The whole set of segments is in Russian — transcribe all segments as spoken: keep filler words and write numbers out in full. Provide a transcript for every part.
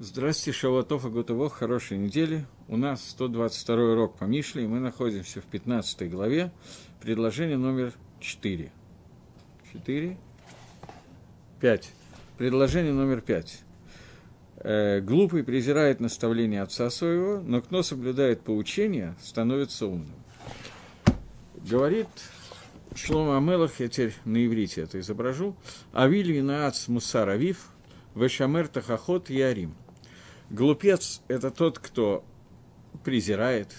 Здравствуйте, Шавуатов и Гутово, хорошей недели. У нас сто двадцать второй урок по Мишле, и мы находимся в пятнадцатой главе, предложение номер четыре. четыре? пять. Предложение номер пять. Э, глупый презирает наставление отца своего, но кто соблюдает поучение, становится умным. Говорит Шломо ха-Мелех, я теперь на иврите это изображу, «Авиль винаац мусар авив, вешамер тахахот ярим». Глупец – это тот, кто презирает,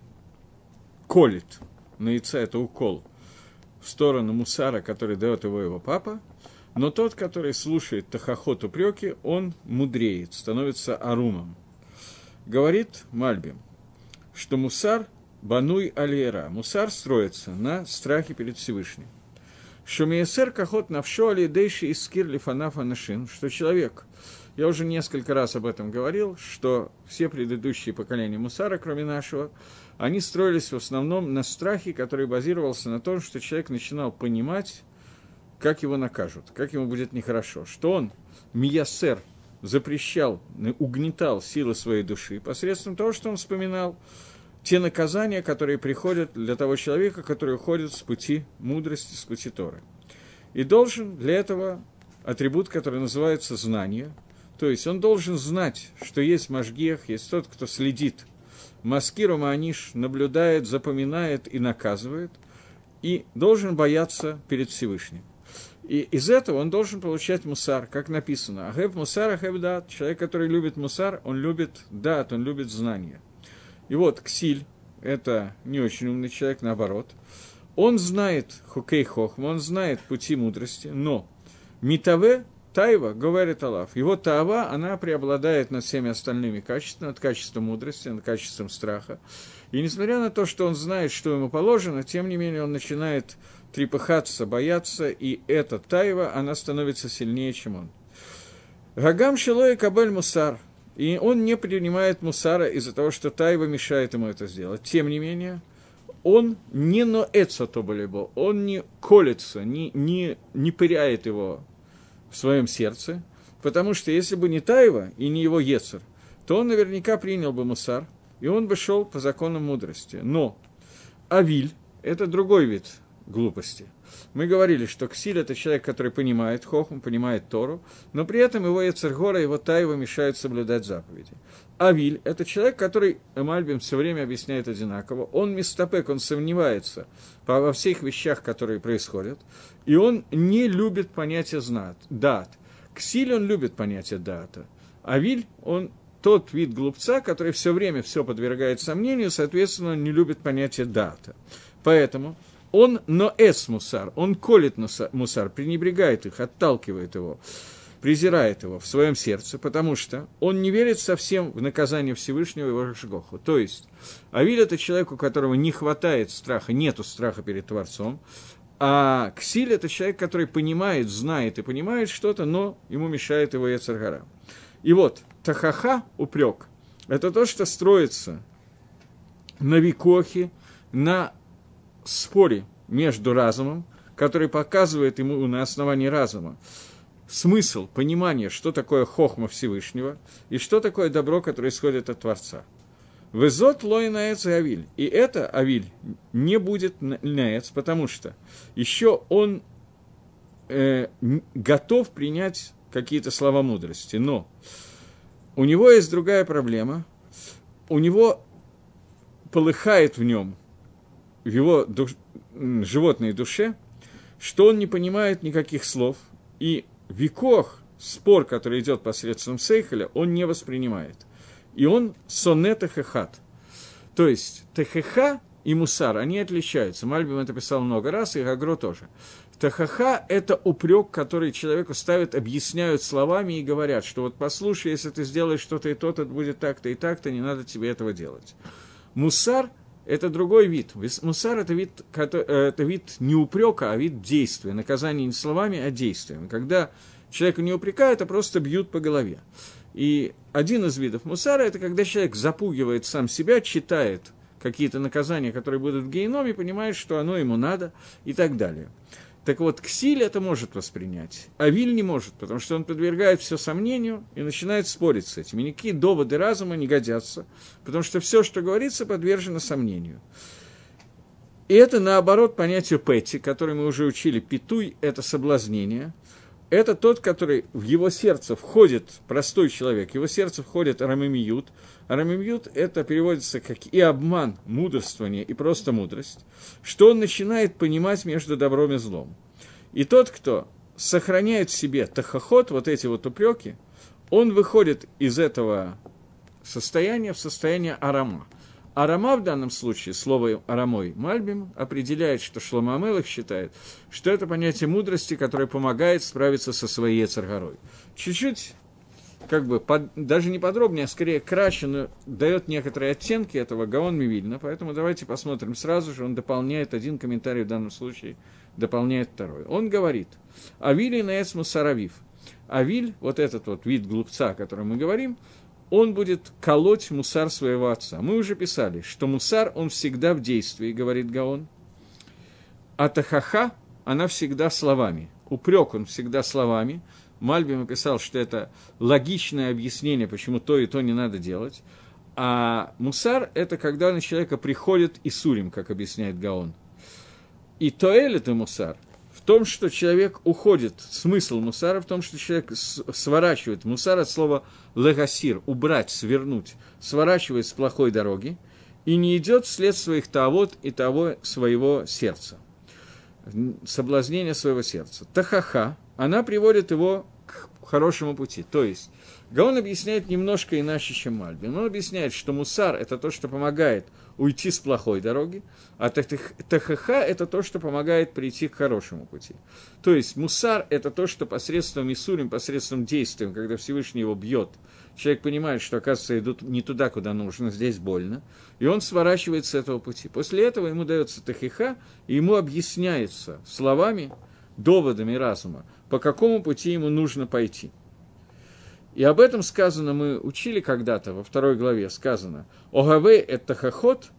колет, на яйце это укол, в сторону мусара, который дает его его папа, но тот, который слушает тахахот упреки, он мудреет, становится арумом. Говорит Мальбим, что мусар бануй алиера, мусар строится на страхе перед Всевышним. Шумиесер кахот навшо алидейши искир лифанаф анашин, что человек, я уже несколько раз об этом говорил, что все предыдущие поколения мусара, кроме нашего, они строились в основном на страхе, который базировался на том, что человек начинал понимать, как его накажут, как ему будет нехорошо, что он, миясер, запрещал, угнетал силы своей души посредством того, что он вспоминал те наказания, которые приходят для того человека, который уходит с пути мудрости, с пути Торы. И должен для этого атрибут, который называется знание, то есть он должен знать, что есть машгиах, есть тот, кто следит, маскиру мааниш, наблюдает, запоминает и наказывает, и должен бояться перед Всевышним. И из этого он должен получать мусар, как написано. Агеб мусар, агеб дат. Человек, который любит мусар, он любит дат, он любит знания. И вот Ксиль, это не очень умный человек, наоборот, он знает хукей хохма, он знает пути мудрости, но митаве тайва говорит Аллах, его таава, она преобладает над всеми остальными качествами, над качеством мудрости, над качеством страха. И несмотря на то, что он знает, что ему положено, тем не менее он начинает трепыхаться, бояться, и эта тайва, она становится сильнее, чем он. Гагам шилой кабель мусар. И он не принимает мусара из-за того, что тайва мешает ему это сделать. Тем не менее, он не ноэца тоболебо, он не колется, не, не, не пыряет его в своем сердце, потому что если бы не тайва и не его ецер, то он наверняка принял бы мусар, и он бы шел по законам мудрости. Но авиль – это другой вид глупости. Мы говорили, что Ксиль – это человек, который понимает хохму, понимает Тору, но при этом его ецер-гора, его тайва мешают соблюдать заповеди. Авиль – это человек, который, Мальбим все время объясняет одинаково, он мистапек, он сомневается во всех вещах, которые происходят, и он не любит понятие знат, дат. Ксиль, он любит понятие дата. Авиль, он тот вид глупца, который все время все подвергает сомнению, соответственно, он не любит понятие дата. Поэтому он ноэс мусар, он колет мусар, пренебрегает их, отталкивает его, презирает его в своем сердце, потому что он не верит совсем в наказание Всевышнего и его шгоху. То есть авиль – это человек, у которого не хватает страха, нету страха перед Творцом, а Ксиль – это человек, который понимает, знает и понимает что-то, но ему мешает его ецер-гара. И вот тахаха, упрек, это то, что строится на викохе, на споре между разумом, который показывает ему на основании разума смысл, понимание, что такое хохма Всевышнего и что такое добро, которое исходит от Творца. «Везот лой наэц и авиль». И это авиль не будет наэц, потому что еще он э, готов принять какие-то слова мудрости, но у него есть другая проблема, у него полыхает в нем, в его душ... животной душе, что он не понимает никаких слов, и викох, спор, который идет посредством сейхеля, он не воспринимает. И он соне техехат. То есть техеха и мусар, они отличаются. Мальбим это писал много раз, и Гагро тоже. Техеха – это упрек, который человеку ставят, объясняют словами и говорят, что вот послушай, если ты сделаешь что-то и то-то, будет так-то и так-то, не надо тебе этого делать. Мусар – это другой вид. Мусар – это вид, это вид не упрека, а вид действия. Наказание не словами, а действием. Когда человека не упрекают, а просто бьют по голове. И один из видов мусара – это когда человек запугивает сам себя, читает какие-то наказания, которые будут в геноме, понимает, что оно ему надо и так далее. Так вот, Ксиль это может воспринять, а Виль не может, потому что он подвергает все сомнению и начинает спорить с этим. И никакие доводы разума не годятся, потому что все, что говорится, подвержено сомнению. И это, наоборот, понятие Петти, которое мы уже учили. Питуй – это соблазнение. Это тот, который в его сердце входит, простой человек, в его сердце входит арамимиют. Арамимиют – это переводится как и обман, мудрствование, и просто мудрость, что он начинает понимать между добром и злом. И тот, кто сохраняет в себе тахахот, вот эти вот упреки, он выходит из этого состояния в состояние арама. Арама в данном случае, слово арамой Мальбим, определяет, что Шломо ха-Мелех считает, что это понятие мудрости, которое помогает справиться со своей йецер гарой. Чуть-чуть, как бы, под, даже не подробнее, а скорее кратче, но дает некоторые оттенки этого Гаон Мивильна, поэтому давайте посмотрим сразу же, он дополняет один комментарий в данном случае, дополняет второй. Он говорит, «Авили наэц мусаравив». Авиль, вот этот вот вид глупца, о котором мы говорим, он будет колоть мусар своего отца. Мы уже писали, что мусар, он всегда в действии, говорит Гаон. А тахаха, она всегда словами. Упрек он всегда словами. Мальбим описал, что это логичное объяснение, почему то и то не надо делать. А мусар – это когда на человека приходит исурим, как объясняет Гаон. И тоэль – это мусар. В том, что человек уходит, смысл мусара в том, что человек сворачивает, мусар от слова легасир, убрать, свернуть, сворачивает с плохой дороги и не идет вслед своих тавот и того своего сердца, соблазнения своего сердца. Тахаха, она приводит его к хорошему пути, то есть Гаон объясняет немножко иначе, чем Мальбим. Он объясняет, что мусар – это то, что помогает уйти с плохой дороги, а тахаха – это то, что помогает прийти к хорошему пути. То есть мусар – это то, что посредством исурим, посредством действия, когда Всевышний его бьет, человек понимает, что, оказывается, идут не туда, куда нужно, здесь больно, и он сворачивает с этого пути. После этого ему дается тахаха, и ему объясняется словами, доводами разума, по какому пути ему нужно пойти. И об этом сказано, мы учили когда-то, во второй главе сказано, «Огавей эт тахахот»,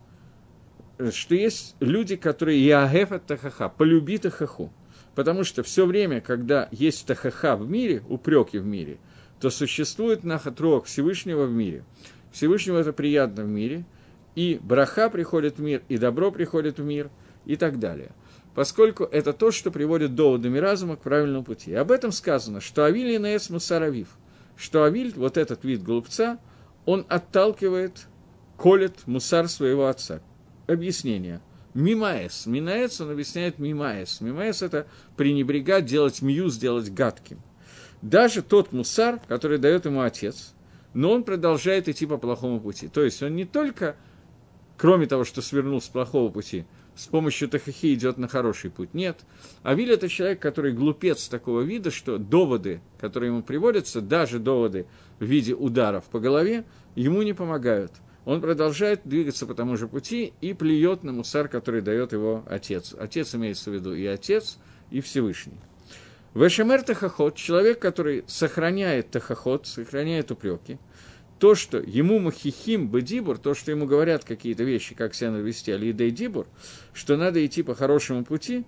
что есть люди, которые «Яагеф эт тахаха», «полюби тахаху». Потому что все время, когда есть тахаха в мире, упреки в мире, то существует нахатрок Всевышнего в мире. Всевышнему это приятно в мире, и браха приходит в мир, и добро приходит в мир, и так далее. Поскольку это то, что приводит доводами разума к правильному пути. И об этом сказано, что «Авили наэс мусаравив», что Авиль, вот этот вид глупца, он отталкивает, колет мусар своего отца. Объяснение. Мимаэс. Минаэс он объясняет мимаэс. Мимаэс – это пренебрегать, делать мью, сделать гадким. Даже тот мусар, который дает ему отец, но он продолжает идти по плохому пути. То есть он не только, кроме того, что свернул с плохого пути, с помощью тахахи идет на хороший путь. Нет. Авиль – это человек, который глупец такого вида, что доводы, которые ему приводятся, даже доводы в виде ударов по голове, ему не помогают. Он продолжает двигаться по тому же пути и плюет на мусар, который дает его отец. Отец имеется в виду и отец, и Всевышний. Вешемер тахахот – человек, который сохраняет тахахот, сохраняет упреки. То, что ему махихим бедибур, то, что ему говорят какие-то вещи, как себя надо вести, алидей дибур, что надо идти по хорошему пути,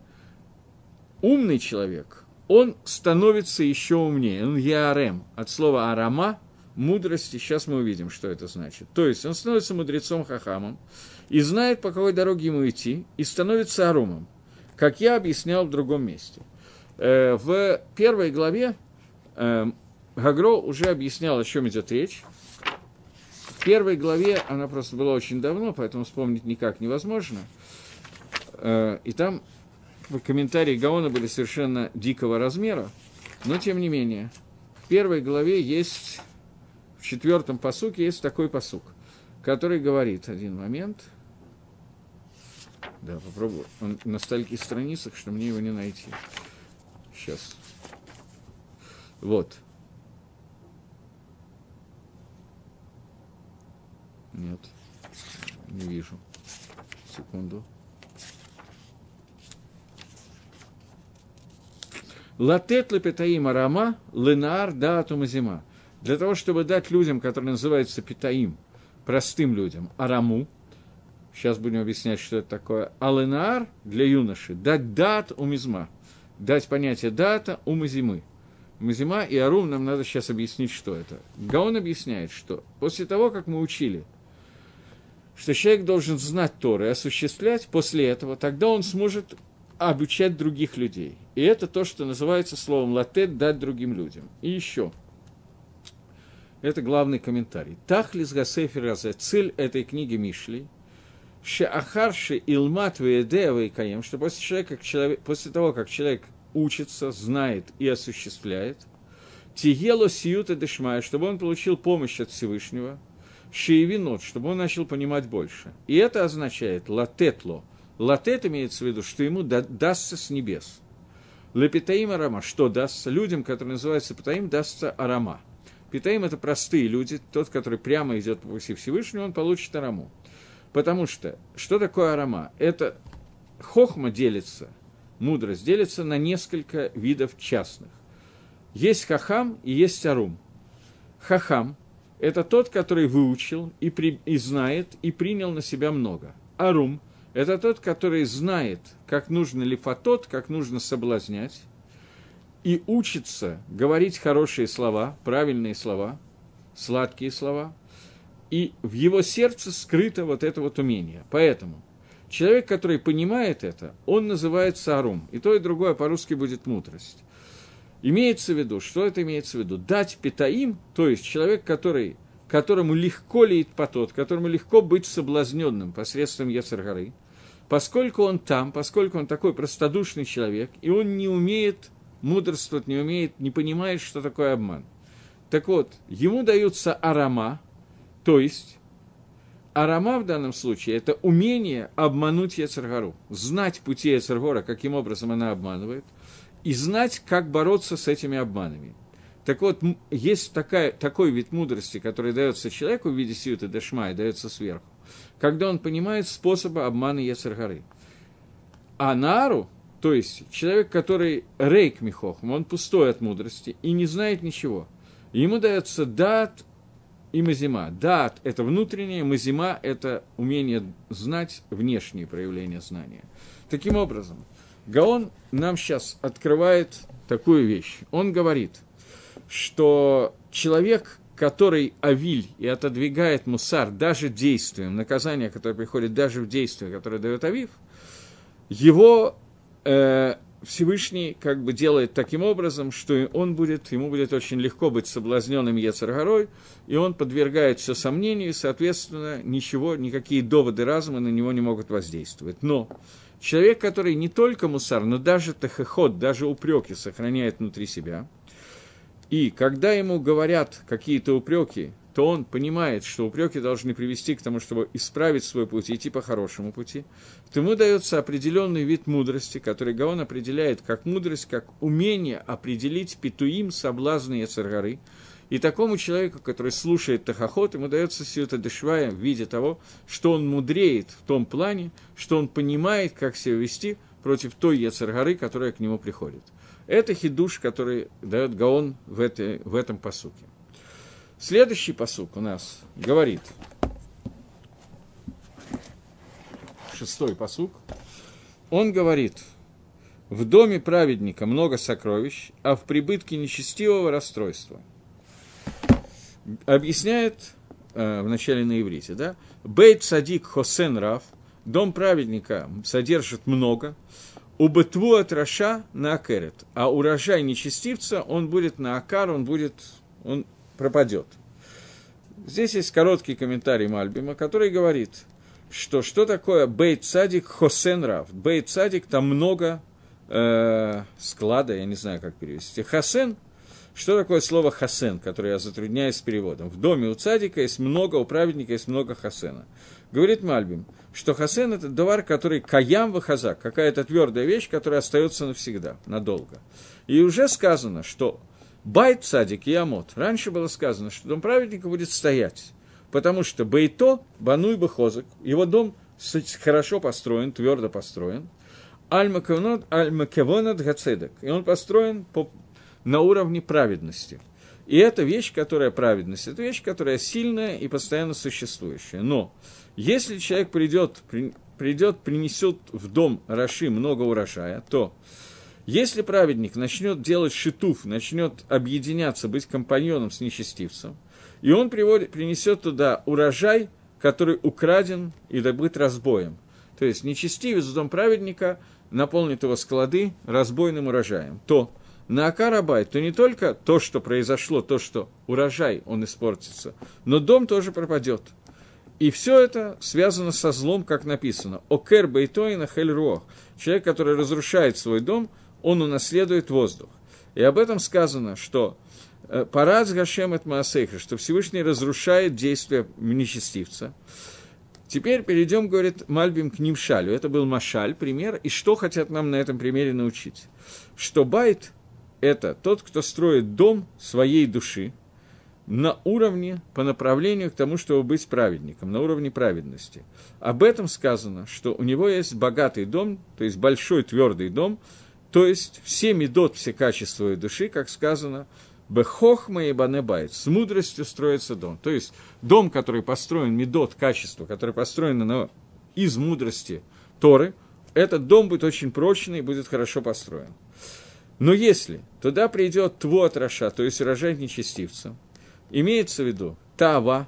умный человек, он становится еще умнее. Он яарем, от слова арама, мудрости, сейчас мы увидим, что это значит. То есть он становится мудрецом хахамом и знает, по какой дороге ему идти, и становится арумом, как я объяснял в другом месте. В первой главе Гагро уже объяснял, о чем идет речь. В первой главе, она просто была очень давно, поэтому вспомнить никак невозможно. И там комментарии Гаона были совершенно дикого размера, но тем не менее. В первой главе есть, в четвертом пасуке есть такой пасук, который говорит, один момент, да, попробую, он на стольких страницах, что мне его не найти. Сейчас. Вот. Нет, не вижу. Секунду. Латет лепетаим арама, ленаар даатум зима. Для того, чтобы дать людям, которые называются питаим, простым людям, араму, сейчас будем объяснять, что это такое, а ленаар для юноши, дать дат умизма, дать понятие дата у Мазимы. Мазима и Арум, нам надо сейчас объяснить, что это. Гаон объясняет, что после того, как мы учили, что человек должен знать Тору и осуществлять, после этого тогда он сможет обучать других людей. И это то, что называется словом «латет» – «дать другим людям». И еще. Это главный комментарий. «Тахлис гасефер разе» – цель этой книги Мишли – «Шеахарши илмат веедеа вейкаем», что после, человека, человек, после того, как человек учится, знает и осуществляет, «Тигело сиюта дешмая», чтобы он получил помощь от Всевышнего, «Шеевинот», чтобы он начал понимать больше. И это означает «латетло». «Латет» имеется в виду, что ему да, дастся с небес. «Лепитаим арама», что дастся? Людям, которые называются питаим, дастся арама. Питаим – это простые люди, тот, который прямо идет по пути Всевышнего, он получит араму. Потому что, что такое арама? Это хохма делится, мудрость делится на несколько видов частных. Есть хахам и есть арум. Хахам – это тот, который выучил и, при, и знает, и принял на себя много. Арум – это тот, который знает, как нужно лифатот, как нужно соблазнять, и учится говорить хорошие слова, правильные слова, сладкие слова, и в его сердце скрыто вот это вот умение. Поэтому человек, который понимает это, он называется арум. И то, и другое по-русски будет мудрость. Имеется в виду, что это имеется в виду? Дать питаим, то есть человек, который, которому легко леет потот, которому легко быть соблазненным посредством йецер гары, поскольку он там, поскольку он такой простодушный человек, и он не умеет мудрствовать, не умеет, не понимает, что такое обман. Так вот, ему даются арама, то есть арама в данном случае – это умение обмануть йецер гару, знать пути йецер гара, каким образом она обманывает, и знать, как бороться с этими обманами. Так вот, есть такая, такой вид мудрости, который дается человеку в виде сиюта дешма и дается сверху, когда он понимает способы обмана йецер гары. А наару, то есть человек, который рейк михохм, он пустой от мудрости и не знает ничего, ему дается дат и мазима. Дат – это внутреннее, мазима – это умение знать внешние проявления знания. Таким образом, Гаон нам сейчас открывает такую вещь. Он говорит, что человек, который авиль и отодвигает мусар даже действием, наказание, которое приходит даже в действие, которое дает авив, его э, Всевышний как бы делает таким образом, что он будет, ему будет очень легко быть соблазненным йецер гарой, и он подвергает все сомнению, и, соответственно, ничего, никакие доводы разума на него не могут воздействовать. Но человек, который не только мусар, но даже тахехот, даже упреки сохраняет внутри себя, и когда ему говорят какие-то упреки, то он понимает, что упреки должны привести к тому, чтобы исправить свой путь и идти по хорошему пути, то ему дается определенный вид мудрости, который Гаон определяет как мудрость, как умение определить петуим, соблазны йецер гары. И такому человеку, который слушает тахахот, ему дается сиюта дешвая в виде того, что он мудреет в том плане, что он понимает, как себя вести против той йецер гары, которая к нему приходит. Это хидуш, который дает Гаон в, этой, в этом пасуке. Следующий пасук у нас говорит, шестой пасук, он говорит, в доме праведника много сокровищ, а в прибытке нечестивого расстройства. Объясняет э, вначале на иврите, да, бейт садик хосен рав, дом праведника содержит много, у бытву от раша на акерет, а урожай нечестивца, он будет на акар, он будет, он пропадет. Здесь есть короткий комментарий Мальбима, который говорит, что что такое бейт садик хосен рав. Бейт садик, там много э, склада, я не знаю, как перевести. Хасен, что такое слово хасен, которое я затрудняюсь с переводом? В доме у цадика есть много, у праведника есть много хасена. Говорит Мальбим, что хасен – это товар, который каям вахазак, какая-то твердая вещь, которая остается навсегда, надолго. И уже сказано, что байт цадик и амот. Раньше было сказано, что дом праведника будет стоять, потому что бейто, бануй бахозак, его дом хорошо построен, твердо построен, аль-макевонат гацедек, и он построен по, на уровне праведности. И это вещь, которая праведность, это вещь, которая сильная и постоянно существующая. Но если человек придет, при, придет, принесет в дом раши много урожая, то Если праведник начнет делать шитуф, начнет объединяться, быть компаньоном с нечестивцем, и он приводит, принесет туда урожай, который украден и добыт разбоем. То есть нечестивец в дом праведника наполнит его склады разбойным урожаем. То на Акарабайт, то не только то, что произошло, то, что урожай, он испортится, но дом тоже пропадет. И все это связано со злом, как написано. Окер бейтоина хель руох. Человек, который разрушает свой дом, он унаследует воздух. И об этом сказано, что парац гашем эт маасейха, что Всевышний разрушает действия нечестивца. Теперь перейдем, говорит Мальбим, к нимшалю. Это был машаль, пример. И что хотят нам на этом примере научить? Что байт – это тот, кто строит дом своей души на уровне, по направлению к тому, чтобы быть праведником, на уровне праведности. Об этом сказано, что у него есть богатый дом, то есть большой твердый дом, то есть все медот, все качества его души, как сказано, бехохма и банебайт, с мудростью строится дом. То есть дом, который построен, медот, качество, который построен на, из мудрости Торы, этот дом будет очень прочный и будет хорошо построен. Но если туда придет твот раша, то есть урожай нечестивца, имеется в виду тава,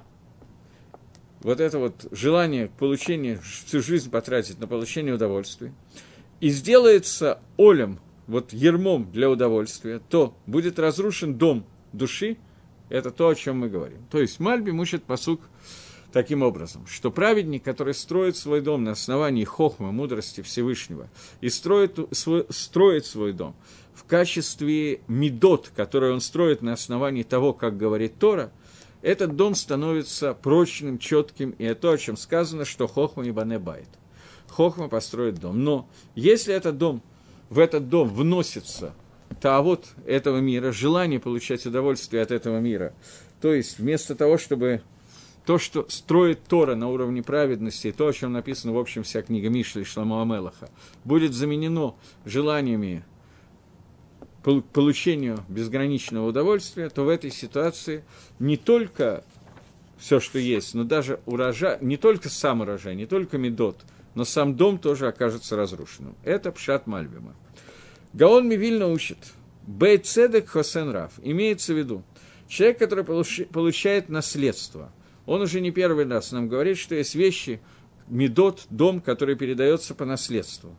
вот это вот желание получения, всю жизнь потратить на получение удовольствия, и сделается олем, вот ермом для удовольствия, то будет разрушен дом души, это то, о чем мы говорим. То есть Мальбим учит пасук таким образом, что праведник, который строит свой дом на основании хохмы, мудрости Всевышнего, и строит свой, строит свой дом в качестве медот, который он строит на основании того, как говорит Тора, этот дом становится прочным, четким, и это то, о чем сказано, что хохма и бане байт. Хохма построит дом. Но если этот дом, в этот дом вносится таавот этого мира, желание получать удовольствие от этого мира, то есть вместо того, чтобы то, что строит Тора на уровне праведности, то, о чем написано, в общем, вся книга Мишли и Шломо Амелаха, будет заменено желаниями по получению безграничного удовольствия, то в этой ситуации не только все, что есть, но даже урожай, не только сам урожай, не только медот, но сам дом тоже окажется разрушенным. Это пшат Мальбима. Гаон Мивильна учит, бейт цедек хосен рав, имеется в виду, человек, который получает наследство, он уже не первый раз нам говорит, что есть вещи, медот, дом, который передается по наследству.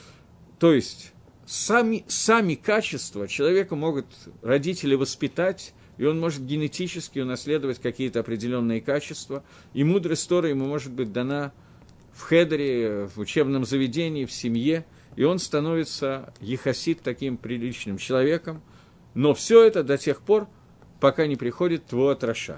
То есть сами, сами качества человека могут родители воспитать, и он может генетически унаследовать какие-то определенные качества, и мудрость Торы ему может быть дана в хедере, в учебном заведении, в семье, и он становится ехасид таким приличным человеком, но все это до тех пор, пока не приходит твуат раша.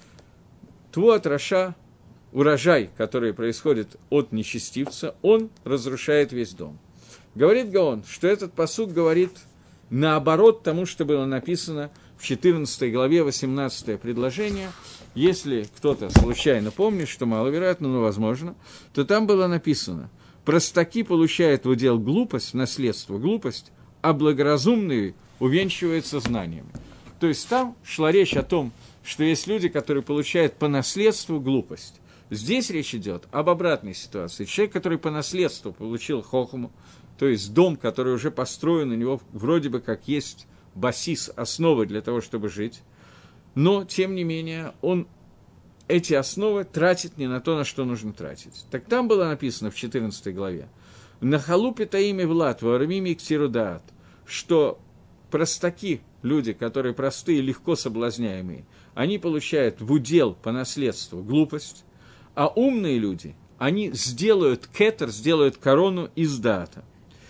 Твуат раша, урожай, который происходит от нечестивца, он разрушает весь дом. Говорит Гаон, что этот пасук говорит наоборот тому, что было написано в четырнадцатой главе, восемнадцатое предложение. Если кто-то случайно помнит, что маловероятно, но возможно, то там было написано: простаки получают в удел глупость, в наследство глупость, а благоразумные увенчиваются знаниями. То есть там шла речь о том, что есть люди, которые получают по наследству глупость. Здесь речь идет об обратной ситуации. Человек, который по наследству получил хохму, то есть дом, который уже построен, у него вроде бы как есть басис, основы для того, чтобы жить, но, тем не менее, он эти основы тратит не на то, на что нужно тратить. Так там было написано в четырнадцатой главе: «На халупе таими влад, вармими ктирудаат», что простаки, люди, которые простые, легко соблазняемые, они получают в удел по наследству глупость, а умные люди, они сделают кетер, сделают корону из даата,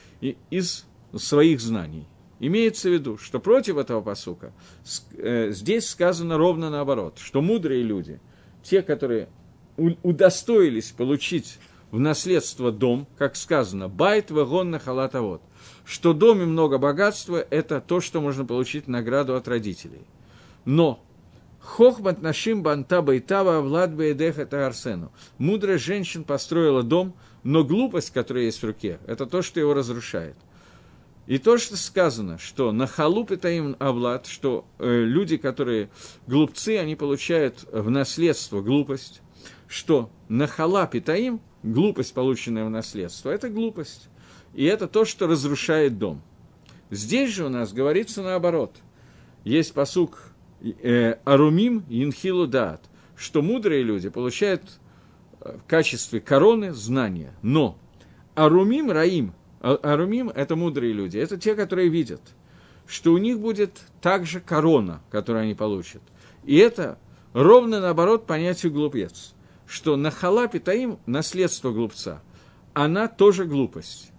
из своих знаний. Имеется в виду, что против этого пасука э, здесь сказано ровно наоборот, что мудрые люди, те, которые у- удостоились получить в наследство дом, как сказано, байт вагон на халатовод, что в доме много богатства, это то, что можно получить награду от родителей. Но хохмат нашим банта байтава влад бейдеха таарсену. Мудрая женщина построила дом, но глупость, которая есть в руке, это то, что его разрушает. И то, что сказано, что на халуп это им авлад, что э, люди, которые глупцы, они получают в наследство глупость, что на халап это им, глупость, полученная в наследство, это глупость. И это то, что разрушает дом. Здесь же у нас говорится наоборот. Есть пасук э, «Арумим янхилу даат», что мудрые люди получают в качестве короны знания. Но «Арумим раим», «Арумим» – это мудрые люди, это те, которые видят, что у них будет также корона, которую они получат. И это ровно наоборот понятию глупец, что нахала питаим, наследство глупца, она тоже глупость.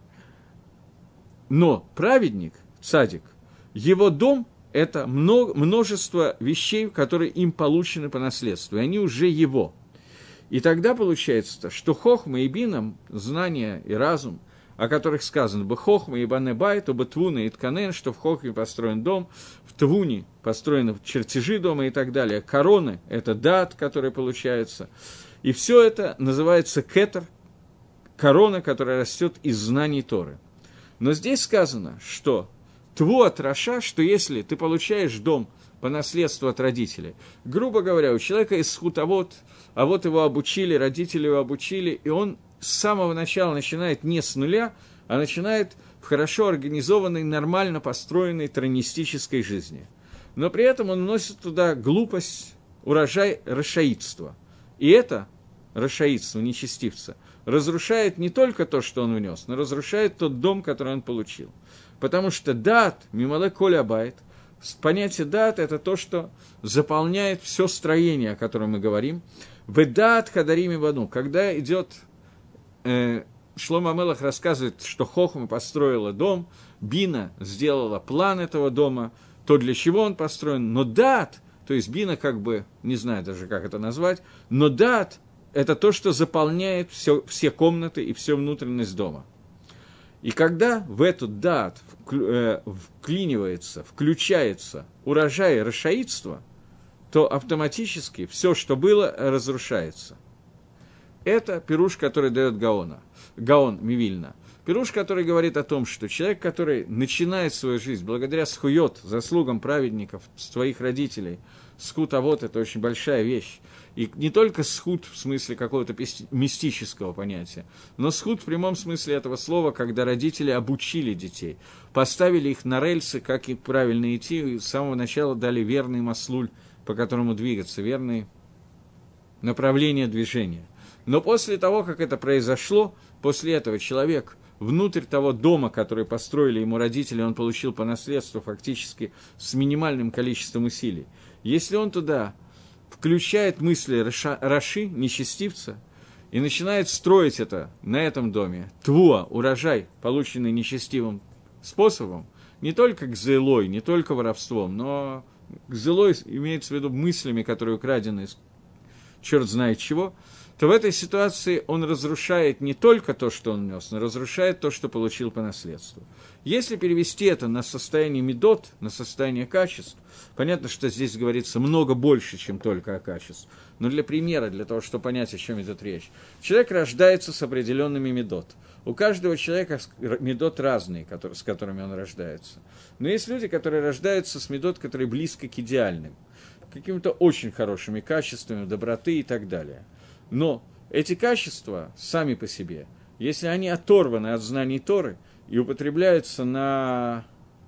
Но праведник, цадик, его дом – это множество вещей, которые им получены по наследству, и они уже его. И тогда получается, что хохма и бина, знание и разум, о которых сказано бы хохма и банебайт, оба твуна и тканен, что в хохме построен дом, в твуне построены чертежи дома и так далее. Короны – это дат, который получается. И все это называется кетер, корона, которая растет из знаний Торы. Но здесь сказано, что тву от раша, что если ты получаешь дом по наследству от родителей, грубо говоря, у человека есть схут, а вот, а вот его обучили, родители его обучили, и он с самого начала начинает не с нуля, а начинает в хорошо организованной, нормально построенной тронистической жизни. Но при этом он вносит туда глупость, урожай рашаидства. И это рашаидство, нечестивца, разрушает не только то, что он внес, но разрушает тот дом, который он получил. Потому что дат, мимале коля байт, понятие дат – это то, что заполняет все строение, о котором мы говорим. Ведат хадарим ивану, когда идет, э, Шломо ха-Мелех рассказывает, что Хохма построила дом, Бина сделала план этого дома, то, для чего он построен, но дат, то есть Бина как бы, не знаю даже, как это назвать, но дат – это то, что заполняет все, все комнаты и всю внутренность дома. И когда в эту дат вклинивается, включается урожай рашаидства, то автоматически все, что было, разрушается. Это пируш, который дает Гаона, Гаон Мивильна. Пируш, который говорит о том, что человек, который начинает свою жизнь благодаря схуйот, заслугам праведников, своих родителей, схут авот – это очень большая вещь. И не только схут в смысле какого-то мистического понятия, но схут в прямом смысле этого слова, когда родители обучили детей, поставили их на рельсы, как их правильно идти, и с самого начала дали верный маслуль, по которому двигаться, верные направления движения. Но после того, как это произошло, после этого человек внутрь того дома, который построили ему родители, он получил по наследству фактически с минимальным количеством усилий. Если он туда включает мысли Раша, Раши, нечестивца, и начинает строить это на этом доме, твуа, урожай, полученный нечестивым способом, не только гзелой, не только воровством, но гзелой имеется в виду мыслями, которые украдены из черт знает чего, то в этой ситуации он разрушает не только то, что он нес, но разрушает то, что получил по наследству. Если перевести это на состояние медот, на состояние качеств, понятно, что здесь говорится много больше, чем только о качестве, но для примера, для того, чтобы понять, о чем идет речь. Человек рождается с определенными медот. У каждого человека медот разные, которые, с которыми он рождается. Но есть люди, которые рождаются с медот, которые близко к идеальным, какими-то очень хорошими качествами, доброты и так далее. Но эти качества сами по себе, если они оторваны от знаний Торы и употребляются на...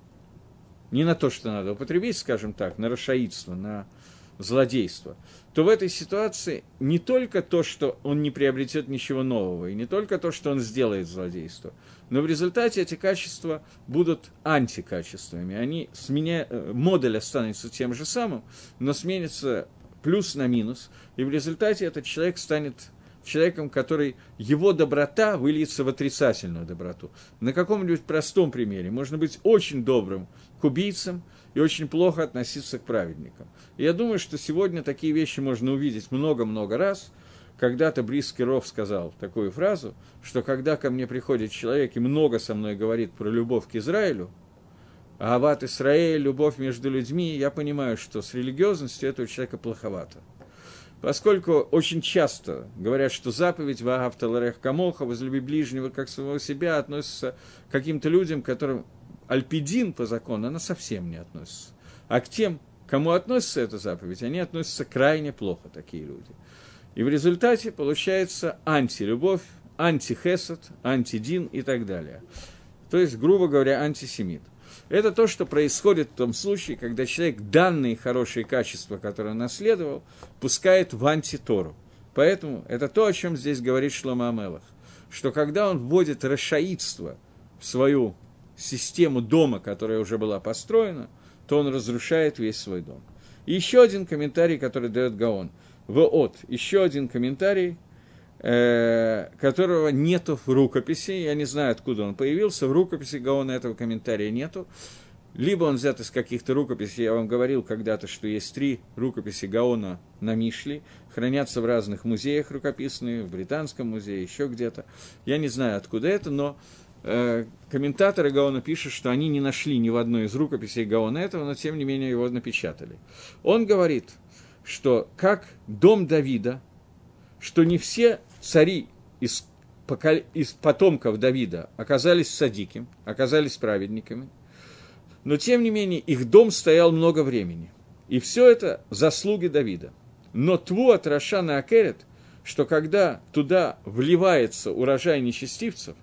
не на то, что надо употребить, скажем так, на рашаидство, на злодейство, то в этой ситуации не только то, что он не приобретет ничего нового, и не только то, что он сделает злодейство, но в результате эти качества будут антикачествами. Они сменя... Модуль останется тем же самым, но сменится плюс на минус, и в результате этот человек станет человеком, который, его доброта выльется в отрицательную доброту. На каком-нибудь простом примере можно быть очень добрым к убийцам и очень плохо относиться к праведникам. И я думаю, что сегодня такие вещи можно увидеть много-много раз. Когда-то Брис Киров сказал такую фразу, что когда ко мне приходит человек и много со мной говорит про любовь к Израилю, Ават Исраэль, любовь между людьми, я понимаю, что с религиозностью этого человека плоховато. Поскольку очень часто говорят, что заповедь «Ваагав таларех камоха», «возлюби ближнего, как самого себя», относится к каким-то людям, которым альпидин по закону, она совсем не относится. А к тем, кому относится эта заповедь, они относятся крайне плохо, такие люди. И в результате получается антилюбовь, антихесед, антидин и так далее. То есть, грубо говоря, антисемит. Это то, что происходит в том случае, когда человек данные хорошие качества, которые он наследовал, пускает в антитору. Поэтому это то, о чем здесь говорит Шломо ха-Мелех, что когда он вводит рашаидство в свою систему дома, которая уже была построена, то он разрушает весь свой дом. И еще один комментарий, который дает Гаон. Вот, еще один комментарий, э, которого нету в рукописи, я не знаю, откуда он появился, в рукописи Гаона этого комментария нету. Либо он взят из каких-то рукописей, я вам говорил когда-то, что есть три рукописи Гаона на Мишле, хранятся в разных музеях рукописные, в Британском музее, еще где-то. Я не знаю, откуда это, но э, комментаторы Гаона пишут, что они не нашли ни в одной из рукописей Гаона этого, но тем не менее его напечатали. Он говорит, что как дом Давида, что не все цари из, покол... из потомков Давида оказались садиким, оказались праведниками, но, тем не менее, их дом стоял много времени. И все это заслуги Давида. Но тву от Рашана Акерет, что когда туда вливается урожай нечестивцев,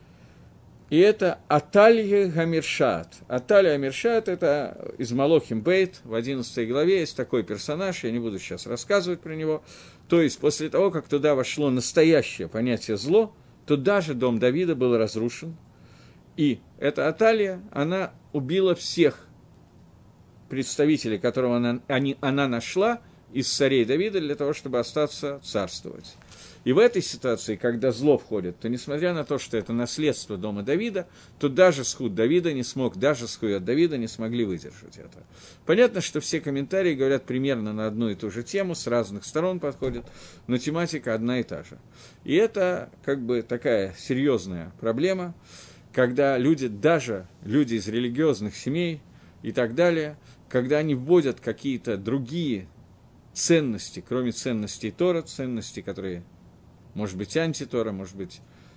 и это Аталья Гамиршат. Аталья Гамиршат – это из Малохим Бейт, в одиннадцатой главе есть такой персонаж, я не буду сейчас рассказывать про него. То есть, после того, как туда вошло настоящее понятие зло, то даже дом Давида был разрушен. И эта Аталья, она убила всех представителей, которого она, они, она нашла из царей Давида для того, чтобы остаться царствовать. И в этой ситуации, когда зло входит, то несмотря на то, что это наследство дома Давида, то даже схуд Давида не смог, даже схуд Давида не смогли выдержать это. Понятно, что все комментарии говорят примерно на одну и ту же тему, с разных сторон подходят, но тематика одна и та же. И это как бы такая серьезная проблема, когда люди, даже люди из религиозных семей и так далее, когда они вводят какие-то другие ценности, кроме ценностей Тора, ценности, которые, может быть, антитора, может быть,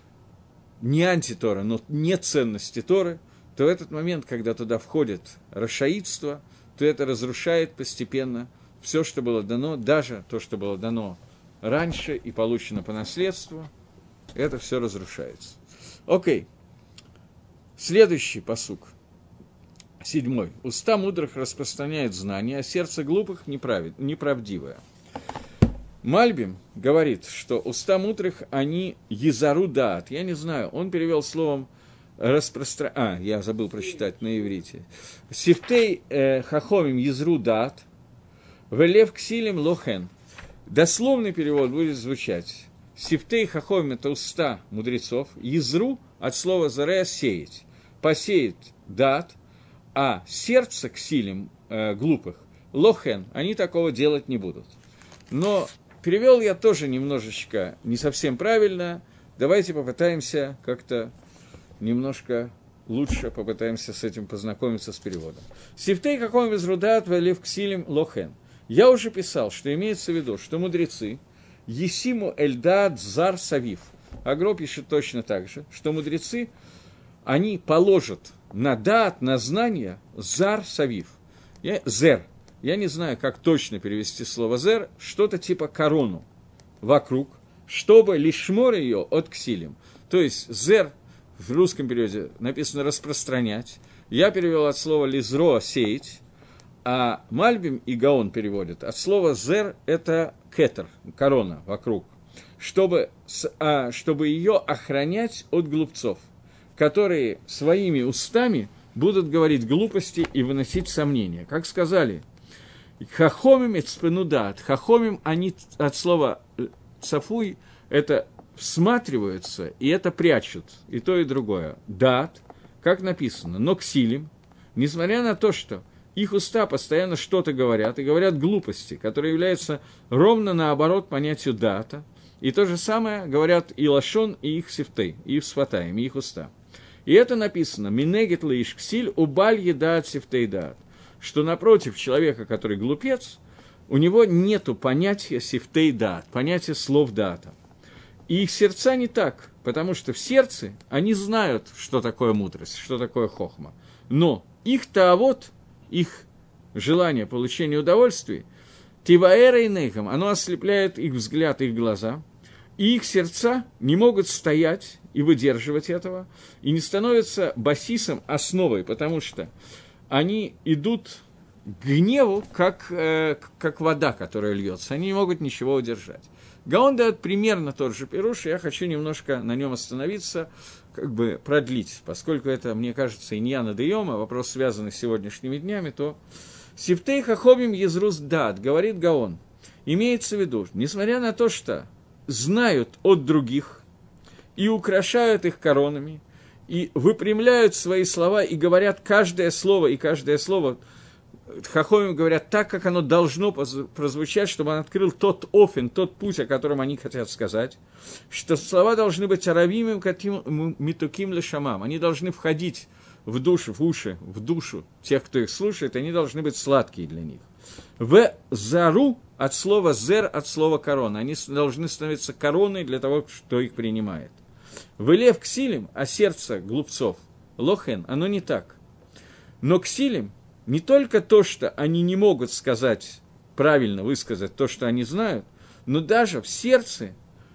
не антитора, но не ценности Торы, то в этот момент, когда туда входит рашаидство, то это разрушает постепенно все, что было дано, даже то, что было дано раньше и получено по наследству, это все разрушается. Окей. Следующий пасук, седьмой. «Уста мудрых распространяют знания, а сердце глупых неправед... неправдивое». Мальбим говорит, что уста мудрых, они езару даат. Я не знаю, он перевел словом распространять. А, я забыл прочитать на иврите. «Сифтей э, хахомим езру даат, велев ксилим лохен». Дословный перевод будет звучать. «Сифтей хахомим» – это уста мудрецов, езру от слова «зарея» – сеять. Посеет дат, а сердце к силам э, глупых, лохен, они такого делать не будут. Но перевел я тоже немножечко не совсем правильно. Давайте попытаемся как-то немножко лучше попытаемся с этим познакомиться с переводом. Сифтей каком из рудат валев к силам лохен. Я уже писал, что имеется в виду, что мудрецы Есиму эльдат зар савив. Агро пишет точно так же, что мудрецы, они положат на дат, на знание, зар савив. Я, зер. Я не знаю, как точно перевести слово зер, что-то типа корону вокруг, чтобы лишмор ее от ксилим. То есть зер в русском переводе написано распространять. Я перевел от слова лизро сеять, а Мальбим и Гаон переводят от слова зер это кетер, корона вокруг. Чтобы, а, чтобы ее охранять от глупцов, которые своими устами будут говорить глупости и выносить сомнения. Как сказали, хахомим эцпенудат, хахомим, они от слова цафуй, это всматриваются, и это прячут, и то, и другое. Дат, как написано, но ксилим, несмотря на то, что их уста постоянно что-то говорят, и говорят глупости, которые являются ровно наоборот понятию дата, и то же самое говорят и лашон, и их сифтей, и их сфатаем, и их уста. И это написано «Минегет лаиш ксиль убаль едат сифтей дат», что напротив человека, который глупец, у него нету понятия сифтей дат, понятия слов дата. И их сердца не так, потому что в сердце они знают, что такое мудрость, что такое хохма. Но их таавот, их желание получения удовольствия, тиваэра и нейхам, оно ослепляет их взгляд, их глаза. И их сердца не могут стоять и выдерживать этого, и не становятся басисом, основой, потому что они идут к гневу, как, э, как вода, которая льется. Они не могут ничего удержать. Гаон дает примерно тот же пируш, и я хочу немножко на нем остановиться, как бы продлить, поскольку это, мне кажется, иньяна дейома, вопрос, связанный с сегодняшними днями, то «Сифтей хахомим езрус дат», говорит Гаон, имеется в виду, несмотря на то, что знают от других и украшают их коронами, и выпрямляют свои слова, и говорят каждое слово, и каждое слово, хахомим говорят так, как оно должно прозвучать, чтобы он открыл тот офен, тот путь, о котором они хотят сказать, что слова должны быть аравимим, катим, митуким лешамам, они должны входить в душу, в уши, в душу тех, кто их слушает, они должны быть сладкие для них. В зару от слова зер, от слова корона, они должны становиться короной для того, кто их принимает. В лев ксилим, а сердце глупцов, лохен, оно не так. Но ксилим не только то, что они не могут сказать, правильно высказать то, что они знают, но даже в сердце,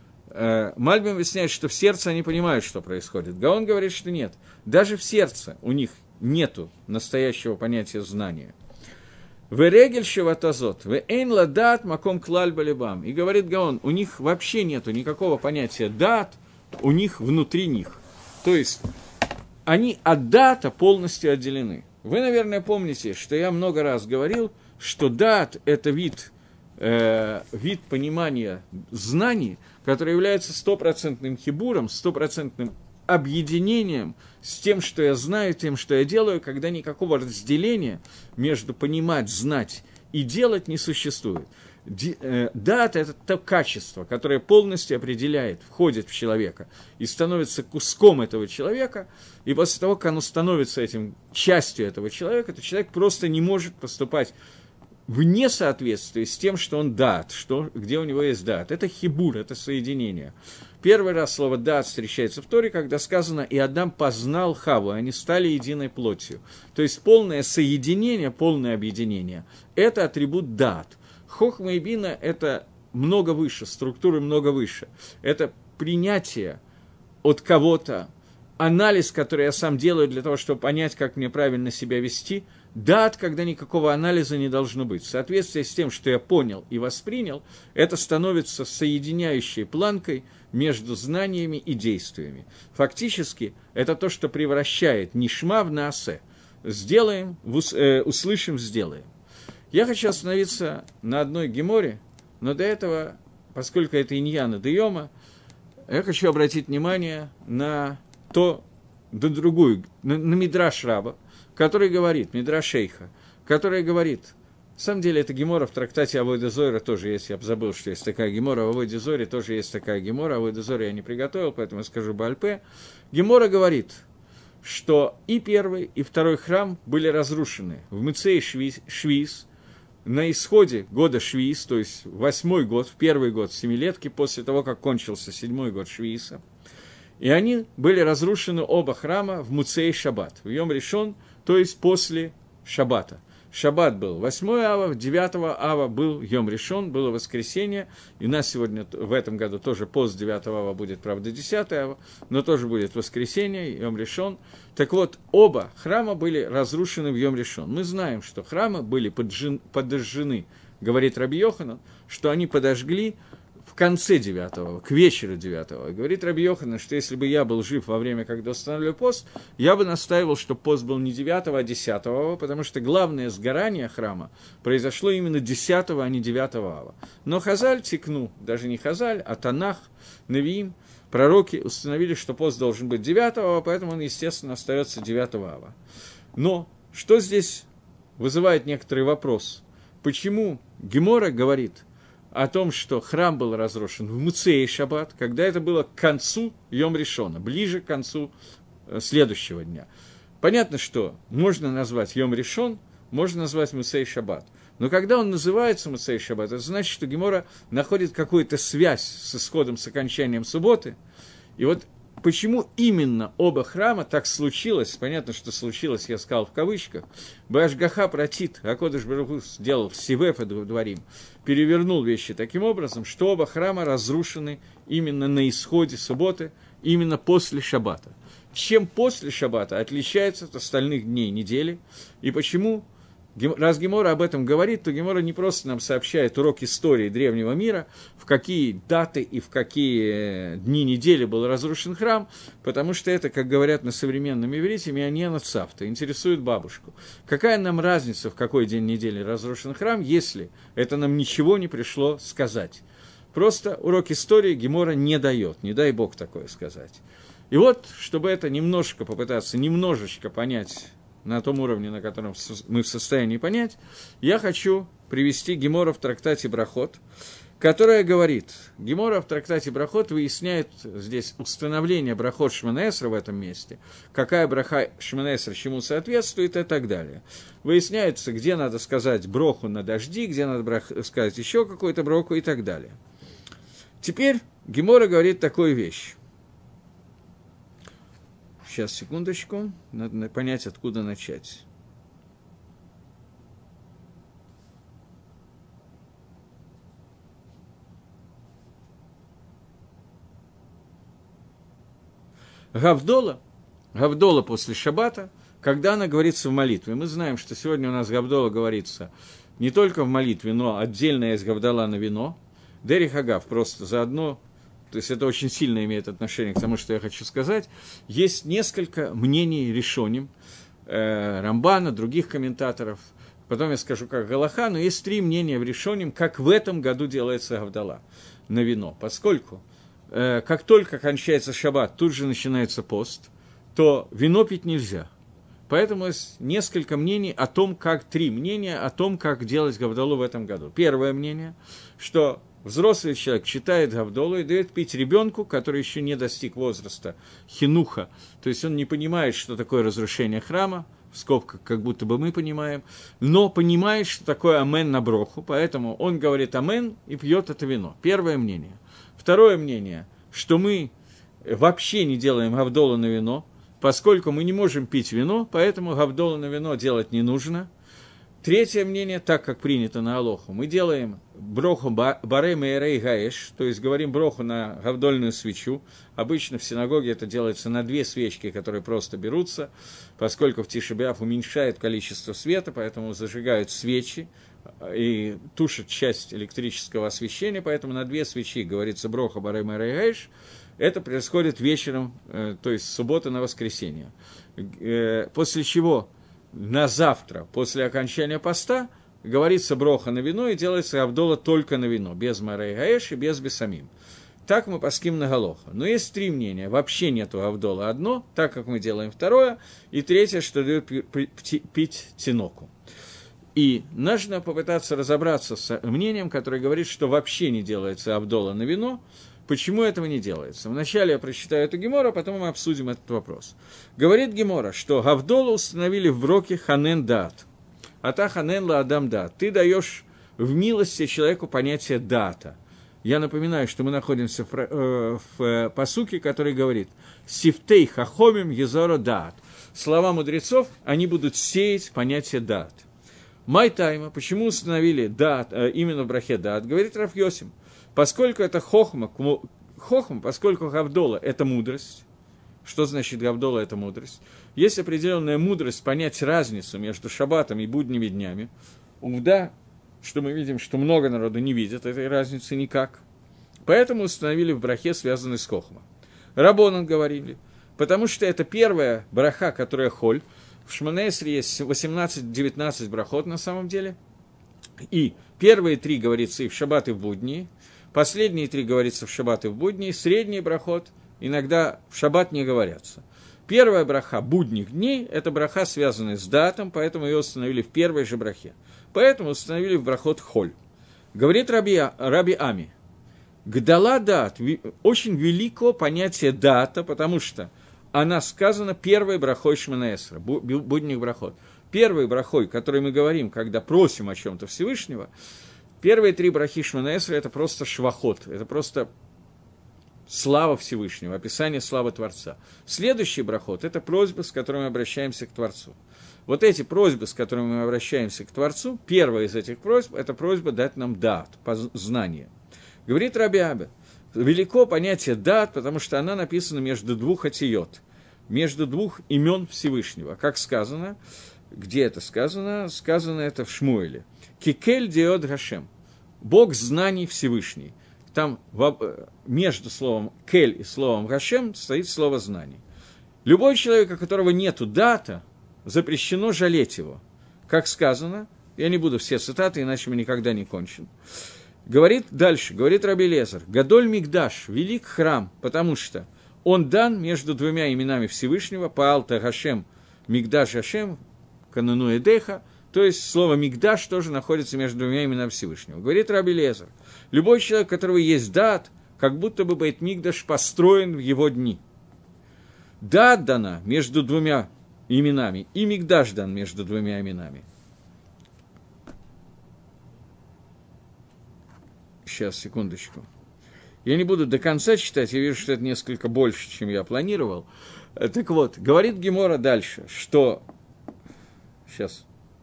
э, Мальбим объясняет, что в сердце они понимают, что происходит. Гаон говорит, что нет. Даже в сердце у них нету настоящего понятия знания. «Верегель шеватазот, вэйн ладат маком клаль балибам». И говорит Гаон, у них вообще нету никакого понятия дат, у них внутри них. То есть они от дата полностью отделены. Вы, наверное, помните, что я много раз говорил, что дат – это вид, э, вид понимания знаний, который является стопроцентным хибуром, стопроцентным объединением с тем, что я знаю, тем, что я делаю, когда никакого разделения между понимать, знать и делать не существует. Дат – это то качество, которое полностью определяет, входит в человека и становится куском этого человека, и после того, как оно становится этим частью этого человека, то человек просто не может поступать вне соответствия с тем, что он дат, что, где у него есть дат. Это хибур, это соединение. Первый раз слово дат встречается в Торе, когда сказано «И Адам познал Хаву», они стали единой плотью. То есть полное соединение, полное объединение – это атрибут дат. Хохма и бина – это много выше, структуры много выше. Это принятие от кого-то, анализ, который я сам делаю для того, чтобы понять, как мне правильно себя вести. Дат, когда никакого анализа не должно быть. В соответствии с тем, что я понял и воспринял, это становится соединяющей планкой между знаниями и действиями. Фактически, это то, что превращает нишма в наасе. Сделаем, э, услышим, сделаем. Я хочу остановиться на одной геморе, но до этого, поскольку это иньяна дейома, я хочу обратить внимание на то, на другую, на, на Мидраш Раба, который говорит, Мидраш Шейха, который говорит, на самом деле это гемора в трактате Авойда Зойра тоже есть, я бы забыл, что есть такая гемора, в Авойде Зоре тоже есть такая гемора, Авойда Зоре я не приготовил, поэтому я скажу Баальпе. Гемора говорит, что и первый, и второй храм были разрушены в Муцей Швиз, на исходе года Швиз, то есть восьмой год, в первый год семилетки, после того, как кончился седьмой год Швииса. И они были разрушены оба храма в Муцей Шаббат, в Йом Ришон, то есть после Шаббата. Шаббат был восьмого ава, девятого ава был Йом Ришон, было воскресенье, и у нас сегодня в этом году тоже пост девятого ава будет, правда, десятого ава, но тоже будет воскресенье, Йом Ришон. Так вот, оба храма были разрушены в Йом Ришон. Мы знаем, что храмы были поджин, подожжены, говорит Раби Йоханан, что они подожгли в конце девятого, к вечеру девятого. Говорит Раби Йоханан, что если бы я был жив во время, когда устанавливаю пост, я бы настаивал, что пост был не девятого, а десятого ава, потому что главное сгорание храма произошло именно десятого, а не девятого ава. Но Хазаль тикну, даже не Хазаль, а Танах, Навиим, пророки установили, что пост должен быть девятого ава, поэтому он, естественно, остается девятого ава. Но что здесь вызывает некоторый вопрос? Почему Гемора говорит о том, что храм был разрушен в Муцей Шаббат, когда это было к концу Йом Ришона, ближе к концу следующего дня. Понятно, что можно назвать Йом Ришон, можно назвать Муцей Шаббат. Но когда он называется Муцей Шаббат, это значит, что Гемора находит какую-то связь с исходом, с окончанием субботы. И вот почему именно оба храма так случилось, понятно, что случилось, я сказал в кавычках, Башгаха протит, Акодыш Барух Ху сделал Сивеф дворим, перевернул вещи таким образом, что оба храма разрушены именно на исходе субботы, именно после шаббата. Чем после шаббата отличается от остальных дней недели, и почему, раз Гемора об этом говорит, то Гемора не просто нам сообщает урок истории древнего мира, в какие даты и в какие дни недели был разрушен храм, потому что это, как говорят на современном иврите, мионена цавта, интересует бабушку. Какая нам разница, в какой день недели разрушен храм, если это нам ничего не пришло сказать. Просто урок истории Гемора не дает, не дай Бог такое сказать. И вот, чтобы это немножко попытаться, немножечко понять на том уровне, на котором мы в состоянии понять, я хочу привести Гемора в трактате Брахот, которая говорит, Гемора в трактате Брахот выясняет здесь установление Брахот Шмона Эсра в этом месте, какая браха Шмона Эсра чему соответствует и так далее. Выясняется, где надо сказать броху на дожди, где надо брах, сказать еще какую-то броху и так далее. Теперь Гемора говорит такую вещь. Сейчас, секундочку, надо понять, откуда начать. Гавдола, Гавдола после шаббата, когда она говорится в молитве. Мы знаем, что сегодня у нас Гавдола говорится не только в молитве, но отдельно есть Гавдола на вино. Дерих Агав просто заодно. То есть это очень сильно имеет отношение к тому, что я хочу сказать. Есть несколько мнений решоним, э, Рамбана, других комментаторов. Потом я скажу, как галаха, но есть три мнения в решоним, как в этом году делается гавдала на вино. Поскольку, э, как только кончается шаббат, тут же начинается пост, то вино пить нельзя. Поэтому есть несколько мнений о том, как, три мнения о том, как делать гавдалу в этом году. Первое мнение, что взрослый человек читает гавдолу и дает пить ребенку, который еще не достиг возраста хинуха, то есть он не понимает, что такое разрушение храма, в скобках, как будто бы мы понимаем, но понимает, что такое амен на броху, поэтому он говорит амен и пьет это вино. Первое мнение. Второе мнение, что мы вообще не делаем гавдолу на вино, поскольку мы не можем пить вино, поэтому гавдолу на вино делать не нужно. Третье мнение, так как принято на Алоху, мы делаем броху баре меэрей гаэш, то есть говорим броху на гавдольную свечу. Обычно в синагоге это делается на две свечки, которые просто берутся, поскольку в Тиша б'Ав уменьшает количество света, поэтому зажигают свечи и тушат часть электрического освещения, поэтому на две свечи говорится броха баре меэрей гаэш. Это происходит вечером, то есть с субботы на воскресенье. После чего на завтра, после окончания поста, говорится броха на вино и делается гавдола только на вино, без марей гаэш и без бесамим. Так мы паским на галоха. Но есть три мнения. Вообще нету гавдола одно, так как мы делаем второе, и третье, что дают пить тиноку. И нужно попытаться разобраться с мнением, которое говорит, что вообще не делается гавдола на вино. Почему этого не делается? Вначале я прочитаю эту Гемору, а потом мы обсудим этот вопрос. Говорит Гемора, что гавдолу установили в броке ханен даат. Ата ханен ла адам даат. Ты даешь в милости человеку понятие даата. Я напоминаю, что мы находимся в, э, в пасуке, который говорит «Сифтей хахомим езора даат». Слова мудрецов, они будут сеять понятие даат. Майтайма, почему установили даат, э, именно в брахе даат, говорит Рав Йосим. Поскольку это хохма, хохма, поскольку гавдола – это мудрость. Что значит гавдола – это мудрость? Есть определенная мудрость понять разницу между шаббатом и будними днями. Увда, что мы видим, что много народу не видят этой разницы никак. Поэтому установили в брахе, связанной с хохма. Рабонан говорили, потому что это первая браха, которая холь. В Шмоне Эсре есть восемнадцать-девятнадцать брахот на самом деле. И первые три говорится и в шаббат, и в будни. Последние три говорится в шаббат и в будни, средний брахот иногда в шаббат не говорятся. Первая браха будних дней – это браха, связанная с датом, поэтому ее установили в первой же брахе. Поэтому установили в брахот холь. Говорит Раби, Раби Ами, гдала дат, очень велико понятие дата, потому что она сказана первой брахой Шмона Эсра, будних брахот. Первой брахой, которой мы говорим, когда просим о чем-то Всевышнего, первые три брахи Шмона Эсра – это просто швахот, это просто слава Всевышнего, описание славы Творца. Следующий брахот – это просьба, с которой мы обращаемся к Творцу. Вот эти просьбы, с которыми мы обращаемся к Творцу, первая из этих просьб – это просьба дать нам дат, знание. Говорит Раби Абе, велико понятие дат, потому что она написана между двух отиот, между двух имен Всевышнего. Как сказано, где это сказано? Сказано это в Шмуэле. Кикель диод Гашем, Бог знаний Всевышний. Там между словом «кель» и словом «гашем» стоит слово «знаний». Любой человек, у которого нету дата, запрещено жалеть его. Как сказано, я не буду все цитаты, иначе мы никогда не кончим. Говорит дальше, говорит Раби Элиэзер, «Гадоль Мигдаш, велик храм, потому что он дан между двумя именами Всевышнего, Паалта Гашем, Мигдаш Гашем, Канану Эдеха». То есть слово «мигдаш» тоже находится между двумя именами Всевышнего. Говорит Раби Элиэзер, любой человек, у которого есть дат, как будто бы бейт-мигдаш построен в его дни. Дат дана между двумя именами, и мигдаш дан между двумя именами. Сейчас, секундочку. Я не буду до конца читать, я вижу, что это несколько больше, чем я планировал. Так вот, говорит Гемора дальше, что... Сейчас...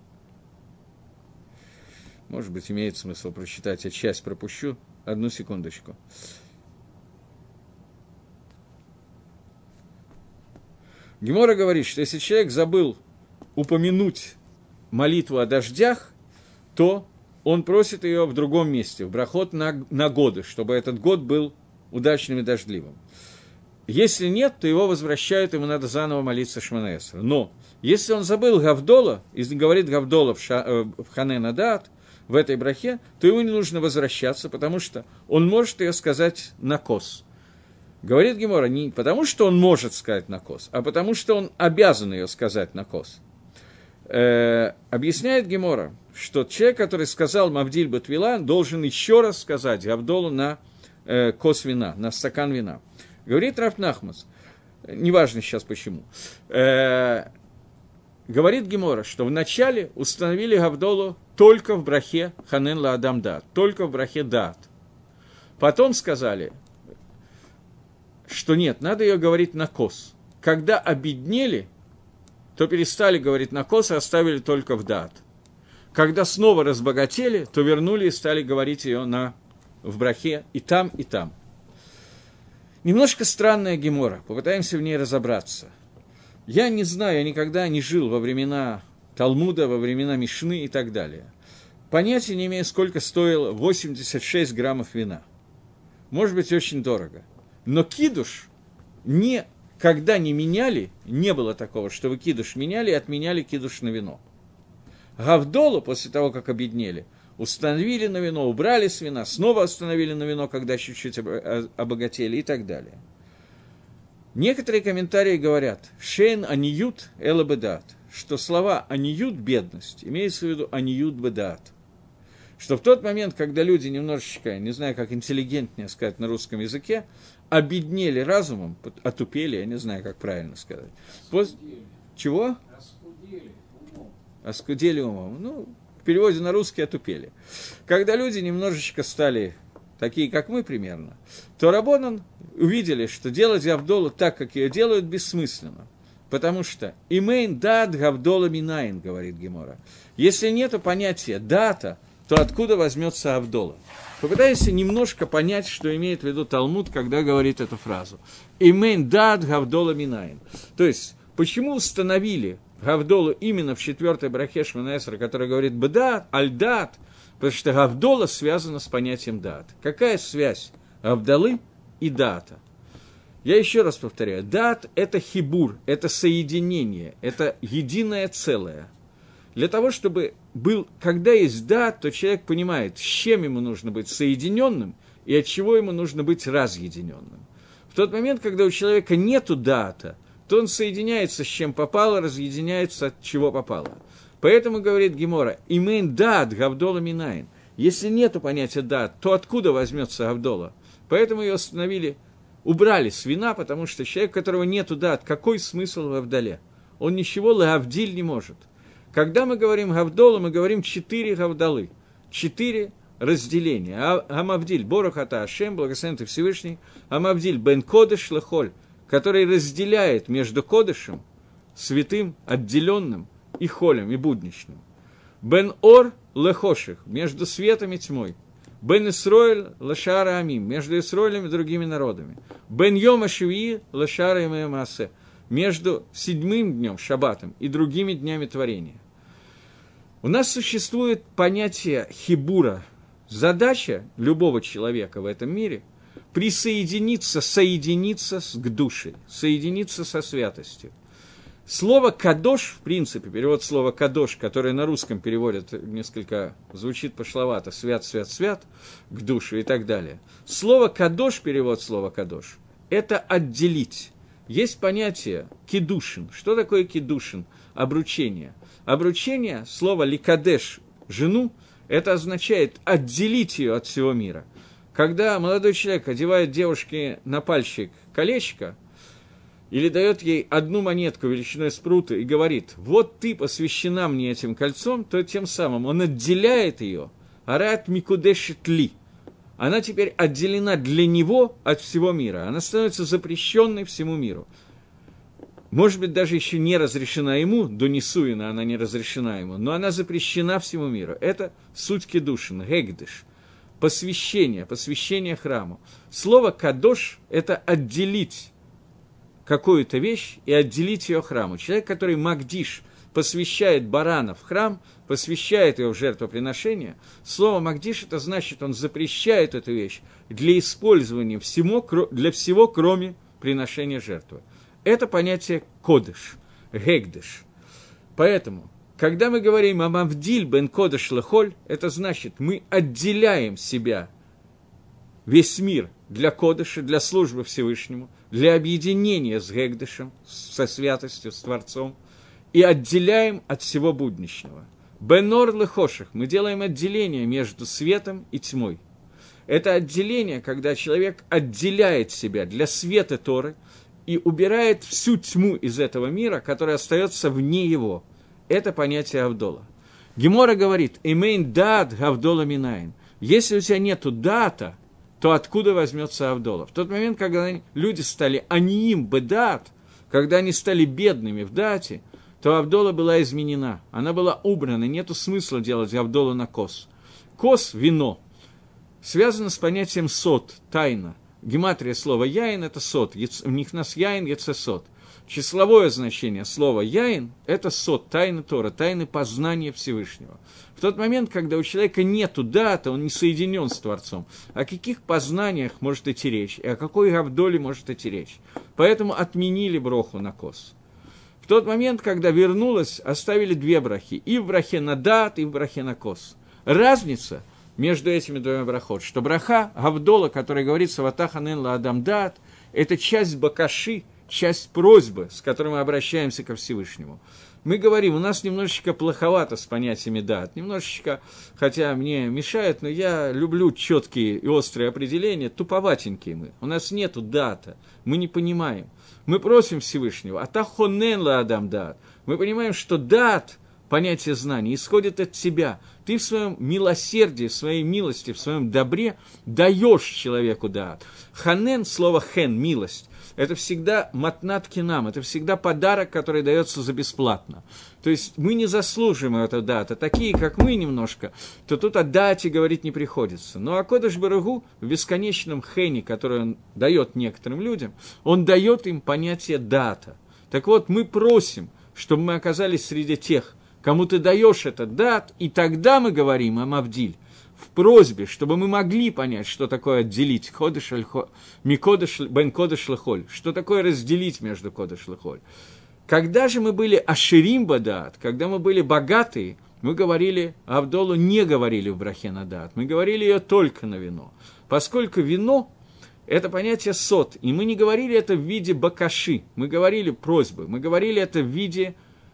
Может быть, имеет смысл прочитать, я часть пропущу. Одну секундочку. Гемора говорит, что если человек забыл упомянуть молитву о дождях, то он просит ее в другом месте, в брахот на, на годы, чтобы этот год был удачным и дождливым. Если нет, то его возвращают, ему надо заново молиться Шмона Эсра. Но если он забыл Гавдола, и говорит Гавдола в, ша, в Ханен Адаат, в этой брахе, то ему не нужно возвращаться, потому что он может ее сказать на кос. Говорит Гемора, не потому что он может сказать на кос, а потому что он обязан ее сказать на кос. Э, объясняет Гемора, что человек, который сказал Мавдиль Батвила, должен еще раз сказать Гавдолу на э, кос вина, на стакан вина. Говорит Рав Нахмас, неважно сейчас почему, э, говорит Гемора, что вначале установили Гавдолу только в брахе Ханен ла Адам Даат, только в брахе Даат. Потом сказали, что нет, надо ее говорить на кос. Когда обеднели, то перестали говорить на кос, а оставили только в Даат. Когда снова разбогатели, то вернули и стали говорить ее на, в брахе и там, и там. Немножко странная Гемора, попытаемся в ней разобраться. Я не знаю, я никогда не жил во времена Талмуда, во времена Мишны и так далее. Понятия не имею, сколько стоило восемьдесят шесть граммов вина. Может быть, очень дорого. Но кидуш никогда не меняли, не было такого, что вы кидуш меняли и отменяли кидуш на вино. Гавдолу, после того, как обеднели, установили на вино, убрали с вина, снова установили на вино, когда чуть-чуть обогатели и так далее. Некоторые комментарии говорят, «Шейн аниют эла бедат», что слова «аниют» – бедность, имеется в виду «аниют бедат». Что в тот момент, когда люди немножечко, не знаю, как интеллигентнее сказать на русском языке, обеднели разумом, отупели, я не знаю, как правильно сказать. Пос... Чего? Оскудели умом. Оскудели умом. Ну, в переводе на русский отупели. Когда люди немножечко стали такие, как мы примерно, то рабонан увидели, что делать Гавдолу так, как ее делают, бессмысленно. Потому что «имейн дат Гавдола минайн», говорит Гемора. Если нет понятия «дата», то откуда возьмется Гавдола? Попытайся немножко понять, что имеет в виду Талмуд, когда говорит эту фразу. «Имейн дат Гавдола минайн». То есть, почему установили Гавдолу именно в четвертой брахе Шмона Эсра, которая говорит «бдат», «аль-дат», потому что Гавдола связана с понятием «дат». Какая связь Гавдолы и дата? Я еще раз повторяю, дат – это хибур, это соединение, это единое целое. Для того, чтобы был, когда есть дат, то человек понимает, с чем ему нужно быть соединенным и от чего ему нужно быть разъединенным. В тот момент, когда у человека нету дата, то он соединяется с чем попало, разъединяется от чего попало. Поэтому, говорит Гемора, «имейн дат Гавдола минайн». Если нету понятия дат, то откуда возьмется Гавдола? Поэтому ее остановили, убрали с вина, потому что человек, у которого нету дат, какой смысл в Гавдоле? Он ничего лавдиль не может. Когда мы говорим Гавдолу, мы говорим четыре Гавдолы. Четыре разделение. Амавдиль, Борух ата Ашем, благословен ты Всевышний, Амавдиль бен кодеш лехоль, который разделяет между кодешем, святым, отделенным, и холем, и будничным. Бен ор лехоших, между светом и тьмой. Бен Исроэль лашара амим, между Исроэлем и другими народами. Бен йома шивии лашара имея маасе, между седьмым днем, шаббатом, и другими днями творения. У нас существует понятие хибура. Задача любого человека в этом мире – присоединиться, соединиться с гдушей, соединиться со святостью. Слово «кадош», в принципе, перевод слова «кадош», которое на русском переводят несколько, звучит пошловато, «свят, свят, свят», к душе и так далее. Слово «кадош», перевод слова «кадош», это «отделить». Есть понятие «кидушин». Что такое «кидушин»? Обручение. Обручение, слово «ликадеш», жену, это означает отделить ее от всего мира. Когда молодой человек одевает девушке на пальчик колечко, или дает ей одну монетку величиной спрута и говорит, вот ты посвящена мне этим кольцом, то тем самым он отделяет ее, арат микудешит ли. Она теперь отделена для него от всего мира, она становится запрещенной всему миру. Может быть, даже еще не разрешена ему, до Нисуина она не разрешена ему, но она запрещена всему миру. Это суть кедушин, гегдыш, посвящение, посвящение храму. Слово кадош – это отделить какую-то вещь и отделить ее храму. Человек, который магдиш, посвящает барана в храм, посвящает его в жертвоприношение, слово магдиш это значит, он запрещает эту вещь для использования всего, для всего, кроме приношения жертвы. Это понятие кодыш, гегдыш. Поэтому, когда мы говорим о мавдиль бен кодыш лехоль, это значит, мы отделяем себя, весь мир, для кодыша, для службы Всевышнему, для объединения с гегдышем, со святостью, с Творцом, и отделяем от всего будничного. Бенор лехоших, мы делаем отделение между светом и тьмой. Это отделение, когда человек отделяет себя для света Торы и убирает всю тьму из этого мира, которая остается вне его. Это понятие Авдола. Гемора говорит, «Эмейн дат гавдола минайн». Если у тебя нету дата, то откуда возьмется Авдола? В тот момент, когда люди стали аниим бедат, когда они стали бедными в дате, то Авдола была изменена, она была убрана, нету смысла делать Авдолу на кос. Кос – вино, связано с понятием сот, тайна. Гематрия слова яин – это сот, у них нас яин – это сот. Числовое значение слова яин – это сот, тайна Тора, тайны познания Всевышнего. В тот момент, когда у человека нету дата, он не соединен с Творцом, о каких познаниях может идти речь, и о какой Авдоле может идти речь. Поэтому отменили броху на кос. В тот момент, когда вернулась, оставили две брахи, и в брахе на дат, и в брахе на кос. Разница между этими двумя брахот, что браха Авдола, которая говорится «Ватаханен ла адам дат», это часть бакаши, часть просьбы, с которой мы обращаемся ко Всевышнему. Мы говорим, у нас немножечко плоховато с понятиями дат, немножечко, хотя мне мешает, но я люблю четкие и острые определения, туповатенькие мы. У нас нету дата, мы не понимаем. Мы просим Всевышнего, атахонен ла адам дат. Мы понимаем, что дат, понятие знания, исходит от тебя. Ты в своем милосердии, в своей милости, в своем добре даешь человеку дат. Ханен, слово хен, милость. Это всегда матнат кинам, это всегда подарок, который дается за бесплатно. То есть мы не заслуживаем этого дата. Такие, как мы немножко, то тут о дате говорить не приходится. Но Акодеш Барух Ху в бесконечном хене, который он дает некоторым людям, он дает им понятие дата. Так вот, мы просим, чтобы мы оказались среди тех, кому ты даешь этот дат, и тогда мы говорим о Мавдиль. В просьбе, чтобы мы могли понять, что такое отделить кодеш микодеш бен кодеш лехоль, что такое разделить между кодеш лехоль. Когда же мы были аширим бадат, когда мы были богатые, мы говорили, Авдолу не говорили в брахе на дат, мы говорили ее только на вино. Поскольку вино – это понятие сот, и мы не говорили это в виде бакаши, мы говорили просьбы, мы говорили это в виде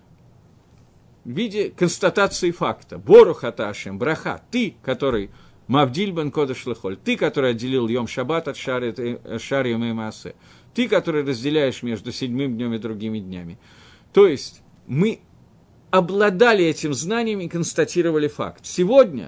в виде констатации факта. Борух ата Ашем, браха, ты, который мавдиль бен кодеш лехоль, ты, который отделил Йом Шаббат от шар йомей маасе, ты, который разделяешь между седьмым днем и другими днями. То есть мы обладали этим знанием и констатировали факт. Сегодня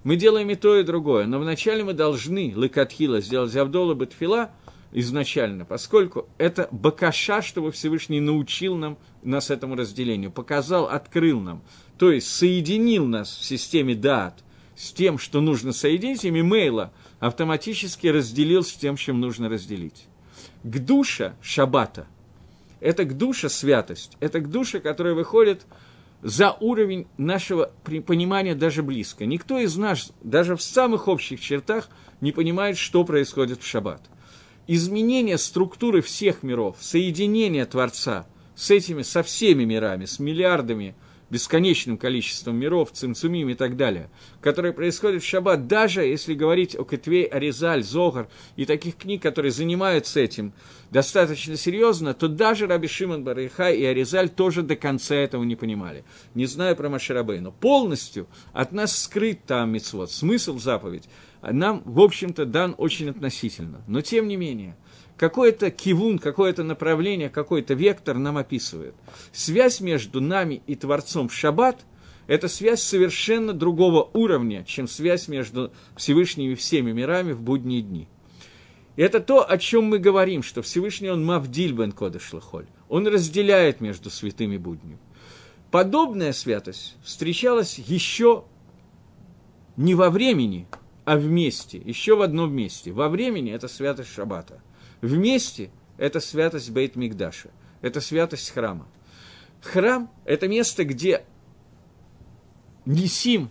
Мы делаем и то, и другое, но вначале мы должны лекатхила сделать авдола бетфила изначально, поскольку это бакаша, чтобы Всевышний научил нам, нас этому разделению, показал, открыл нам, то есть соединил нас в системе даат с тем, что нужно соединить, и мимейла автоматически разделил с тем, чем нужно разделить. Гдуша шаббата – это гдуша святость, это гдуша, которая выходит за уровень нашего понимания даже близко. Никто из нас, даже в самых общих чертах, не понимает, что происходит в шаббат. Изменение структуры всех миров, соединение Творца с этими, со всеми мирами, с миллиардами, бесконечным количеством миров, цимцумим и так далее, которые происходят в шаббат, даже если говорить о Кетвей, Аризаль, Зогар и таких книг, которые занимаются этим достаточно серьезно, то даже Раби Шимон бар Йохай и Аризаль тоже до конца этого не понимали. Не знаю про Моше Рабейну. Полностью от нас скрыт там мицвот, смысл заповедь нам, в общем-то, дан очень относительно. Но, тем не менее, какой-то кивун, какое-то направление, какой-то вектор нам описывает. Связь между нами и Творцом в шаббат – это связь совершенно другого уровня, чем связь между Всевышними всеми мирами в будние дни. И это то, о чем мы говорим, что Всевышний, он мавдиль бен кодеш лехоль. Он разделяет между святым и будним. Подобная святость встречалась еще не во времени, а вместе, еще в одном месте. Во времени – это святость шаббата. Вместе – это святость Бейт-Микдаша, это святость храма. Храм – это место, где нисим,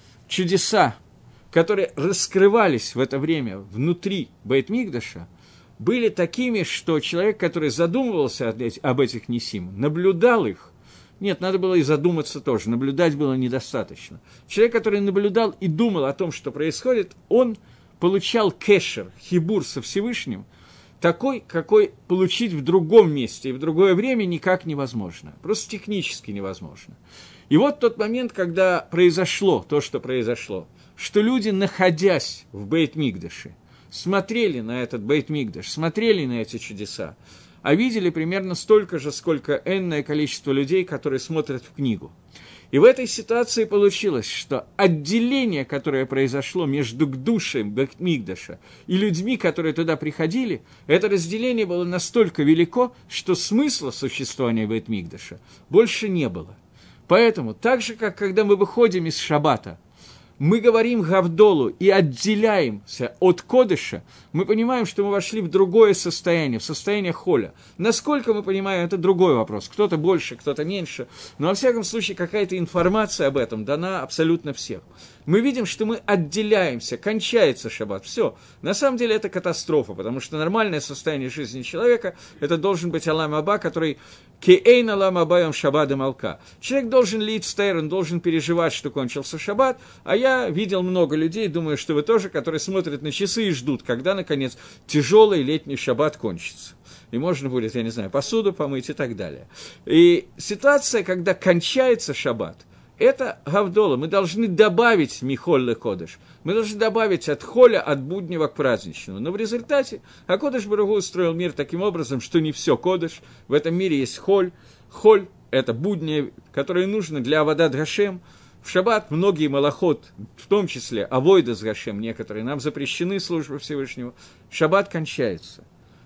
чудеса, которые раскрывались в это время внутри Бейт-Микдаша, были такими, что человек, который задумывался об этих нисим, наблюдал их. Нет, надо было и задуматься тоже, наблюдать было недостаточно. Человек, который наблюдал и думал о том, что происходит, он получал кешер, хибур со Всевышним, такой, какой получить в другом месте и в другое время никак невозможно. Просто технически невозможно. И вот тот момент, когда произошло то, что произошло, что люди, находясь в Бейт-Микдаше, смотрели на этот Бейт-Микдаш, смотрели на эти чудеса, а видели примерно столько же, сколько энное количество людей, которые смотрят в книгу. И в этой ситуации получилось, что отделение, которое произошло между Гдушей Бейт-Микдаша и людьми, которые туда приходили, это разделение было настолько велико, что смысла существования Бейт-Микдаша больше не было. Поэтому, так же, как когда мы выходим из шаббата, мы говорим Гавдолу и отделяемся от Кодыша, мы понимаем, что мы вошли в другое состояние, в состояние холя. Насколько мы понимаем, это другой вопрос. Кто-то больше, кто-то меньше. Но, во всяком случае, какая-то информация об этом дана абсолютно всем. Мы видим, что мы отделяемся, кончается шаббат. Все. На самом деле это катастрофа, потому что нормальное состояние жизни человека, это должен быть Алам Аба, который Кеэйн Алам Абаем Шаббат и Малка. Человек должен лить стейр, он должен переживать, что кончился шаббат, а я видел много людей, думаю, что вы тоже, которые смотрят на часы и ждут, когда, наконец, тяжелый летний шаббат кончится. И можно будет, я не знаю, посуду помыть и так далее. И ситуация, когда кончается шаббат, это гавдола. Мы должны добавить михоль ле кодеш. Мы должны добавить от холя, от буднего к праздничному. Но в результате Акодеш Барух Ху устроил мир таким образом, что не все кодеш. В этом мире есть холь. Холь – это будни, которые нужны для аводат Гашем. В шаббат многие малахот, в том числе авойда с Гашем, некоторые, нам запрещены службы Всевышнего. Шаббат кончается.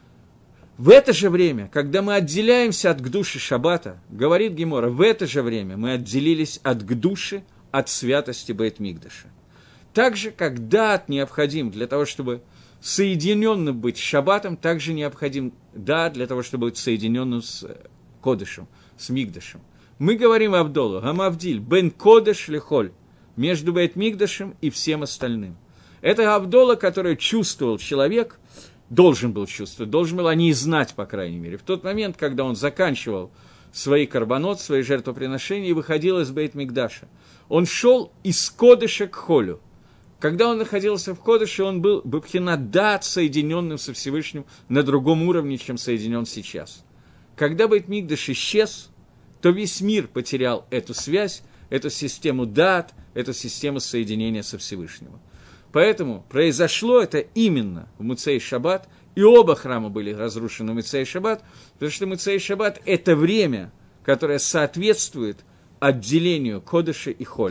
В это же время, когда мы отделяемся от гдуши шаббата, говорит Гемора, в это же время мы отделились от гдуши, от святости Бейт-Микдаша. Так же, как дат необходим для того, чтобы соединенным быть с шаббатом, также необходим дат для того, чтобы быть соединенным с Кодышем, с Микдашем. Мы говорим Авдолу, Гамавдиль, бен Кодеш лехоль, между Бейт-Микдашем и всем остальным. Это Авдола, которую чувствовал человек, должен был чувствовать, должен был о ней знать, по крайней мере. В тот момент, когда он заканчивал свои карбонот, свои жертвоприношения и выходил из Бейт-Микдаша, он шел из Кодыша к Холю. Когда он находился в Кодыше, он был бабхинат дат, соединенным со Всевышним на другом уровне, чем соединен сейчас. Когда Бейт-Микдаш исчез, то весь мир потерял эту связь, эту систему дат, эту систему соединения со Всевышним. Поэтому произошло это именно в Муцей Шаббат, и оба храма были разрушены в Муцей Шаббат, потому что Муцей Шаббат – это время, которое соответствует отделению Кодыша и Холя.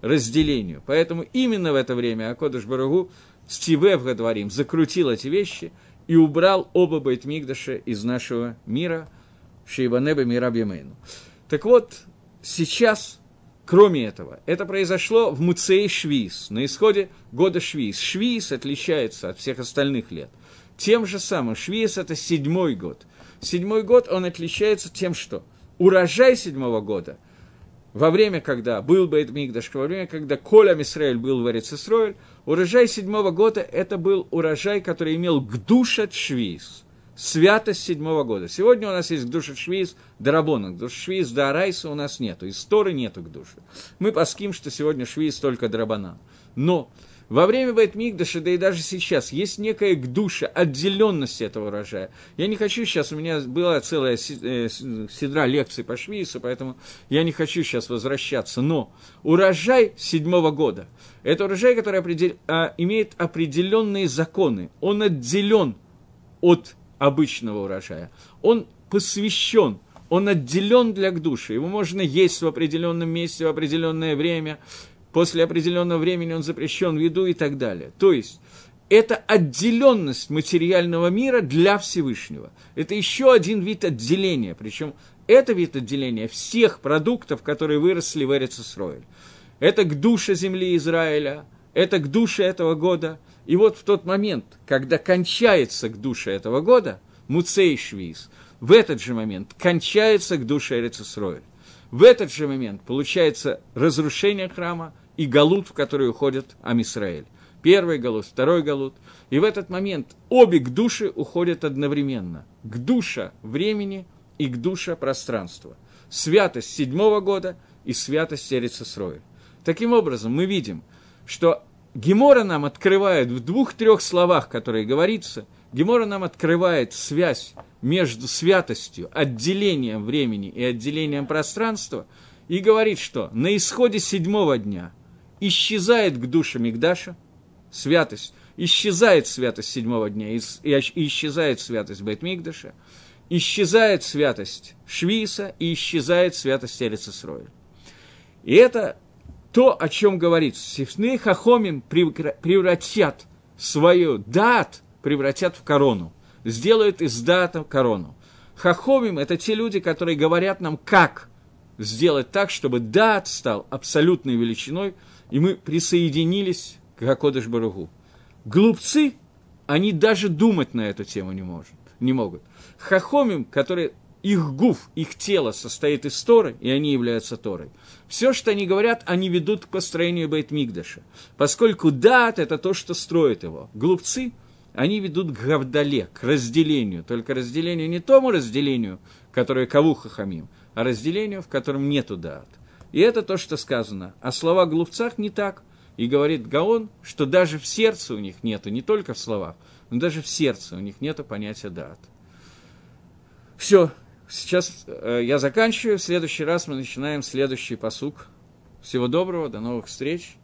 разделению. Поэтому именно в это время Акодыш Барух Ху Стивев Гадварим закрутил эти вещи и убрал оба Бейт-Микдаша из нашего мира, Шейбанеба Мираб Ямейну. Так вот, сейчас, кроме этого, это произошло в Муцей Швиис, на исходе года Швиис. Швиис отличается от всех остальных лет. Тем же самым, Швиис – это седьмой год. Седьмой год, он отличается тем, что урожай седьмого года, во время, когда был Бейт-Микдаш, во время, когда Коль Ам Исраэль был в Эрец-Исроэль, урожай седьмого года – это был урожай, который имел Гдушат Швиис, святость седьмого года. Сегодня у нас есть Гдушат Швиис Дарабона, Гдушат Швиис Дарайса у нас нету, из Торы нету Гдуши. Мы паским, что сегодня Швиис только Дарабана. Но во время Бейт-Микдаша, да и даже сейчас, есть некая гдуша, отделенность этого урожая. Я не хочу сейчас, у меня была целая седра лекций по Швиису, поэтому я не хочу сейчас возвращаться. Но урожай седьмого года – это урожай, который определ... а, имеет определенные законы. Он отделен от обычного урожая. Он посвящен, он отделен для гдуши. Его можно есть в определенном месте в определенное время. После определенного времени он запрещен в еду и так далее. То есть, это отделенность материального мира для Всевышнего. Это еще один вид отделения. Причем, это вид отделения всех продуктов, которые выросли в Эрец-Исроэль. Это гдуша земли Израиля, это гдуша этого года. И вот в тот момент, когда кончается гдуша этого года, Муцей Швиис, в этот же момент кончается гдуша Эрец-Исроэль. В этот же момент получается разрушение храма, и галут, в который уходит Ам Исраэль. Первый галут, второй галут. И в этот момент обе гдуши уходят одновременно. Гдуша времени и гдуша пространства. Святость седьмого года и святость Эрец-Исроэль. Таким образом, мы видим, что Гемора нам открывает в двух-трех словах, которые говорится, Гемора нам открывает связь между святостью, отделением времени и отделением пространства, и говорит, что на исходе седьмого дня исчезает гдуша Микдаша, святость, исчезает святость седьмого дня, и исчезает святость Бейт-Микдаша, исчезает святость Швииса и исчезает святость Эрец-Исроэль. И это то, о чем говорится. Сифней Хахомим превратят свою дат, превратят в корону, сделают из дата корону. Хахомим – это те люди, которые говорят нам, как сделать так, чтобы дат стал абсолютной величиной, и мы присоединились к Акодыш Барух Ху. Глупцы, они даже думать на эту тему не, может, не могут. Хахомим, которые, их гуф, их тело состоит из Торы, и они являются Торой. Все, что они говорят, они ведут к построению Бейт-Микдаша, поскольку дат – это то, что строит его. Глупцы, они ведут к гавдале, к разделению, только разделению не тому разделению, которое каву хахамим, а разделению, в котором нету даат. И это то, что сказано. А слова глупцах не так. И говорит Гаон, что даже в сердце у них нету, не только в словах, но даже в сердце у них нету понятия даат. Все, сейчас э, я заканчиваю. В следующий раз мы начинаем следующий пасук. Всего доброго, до новых встреч.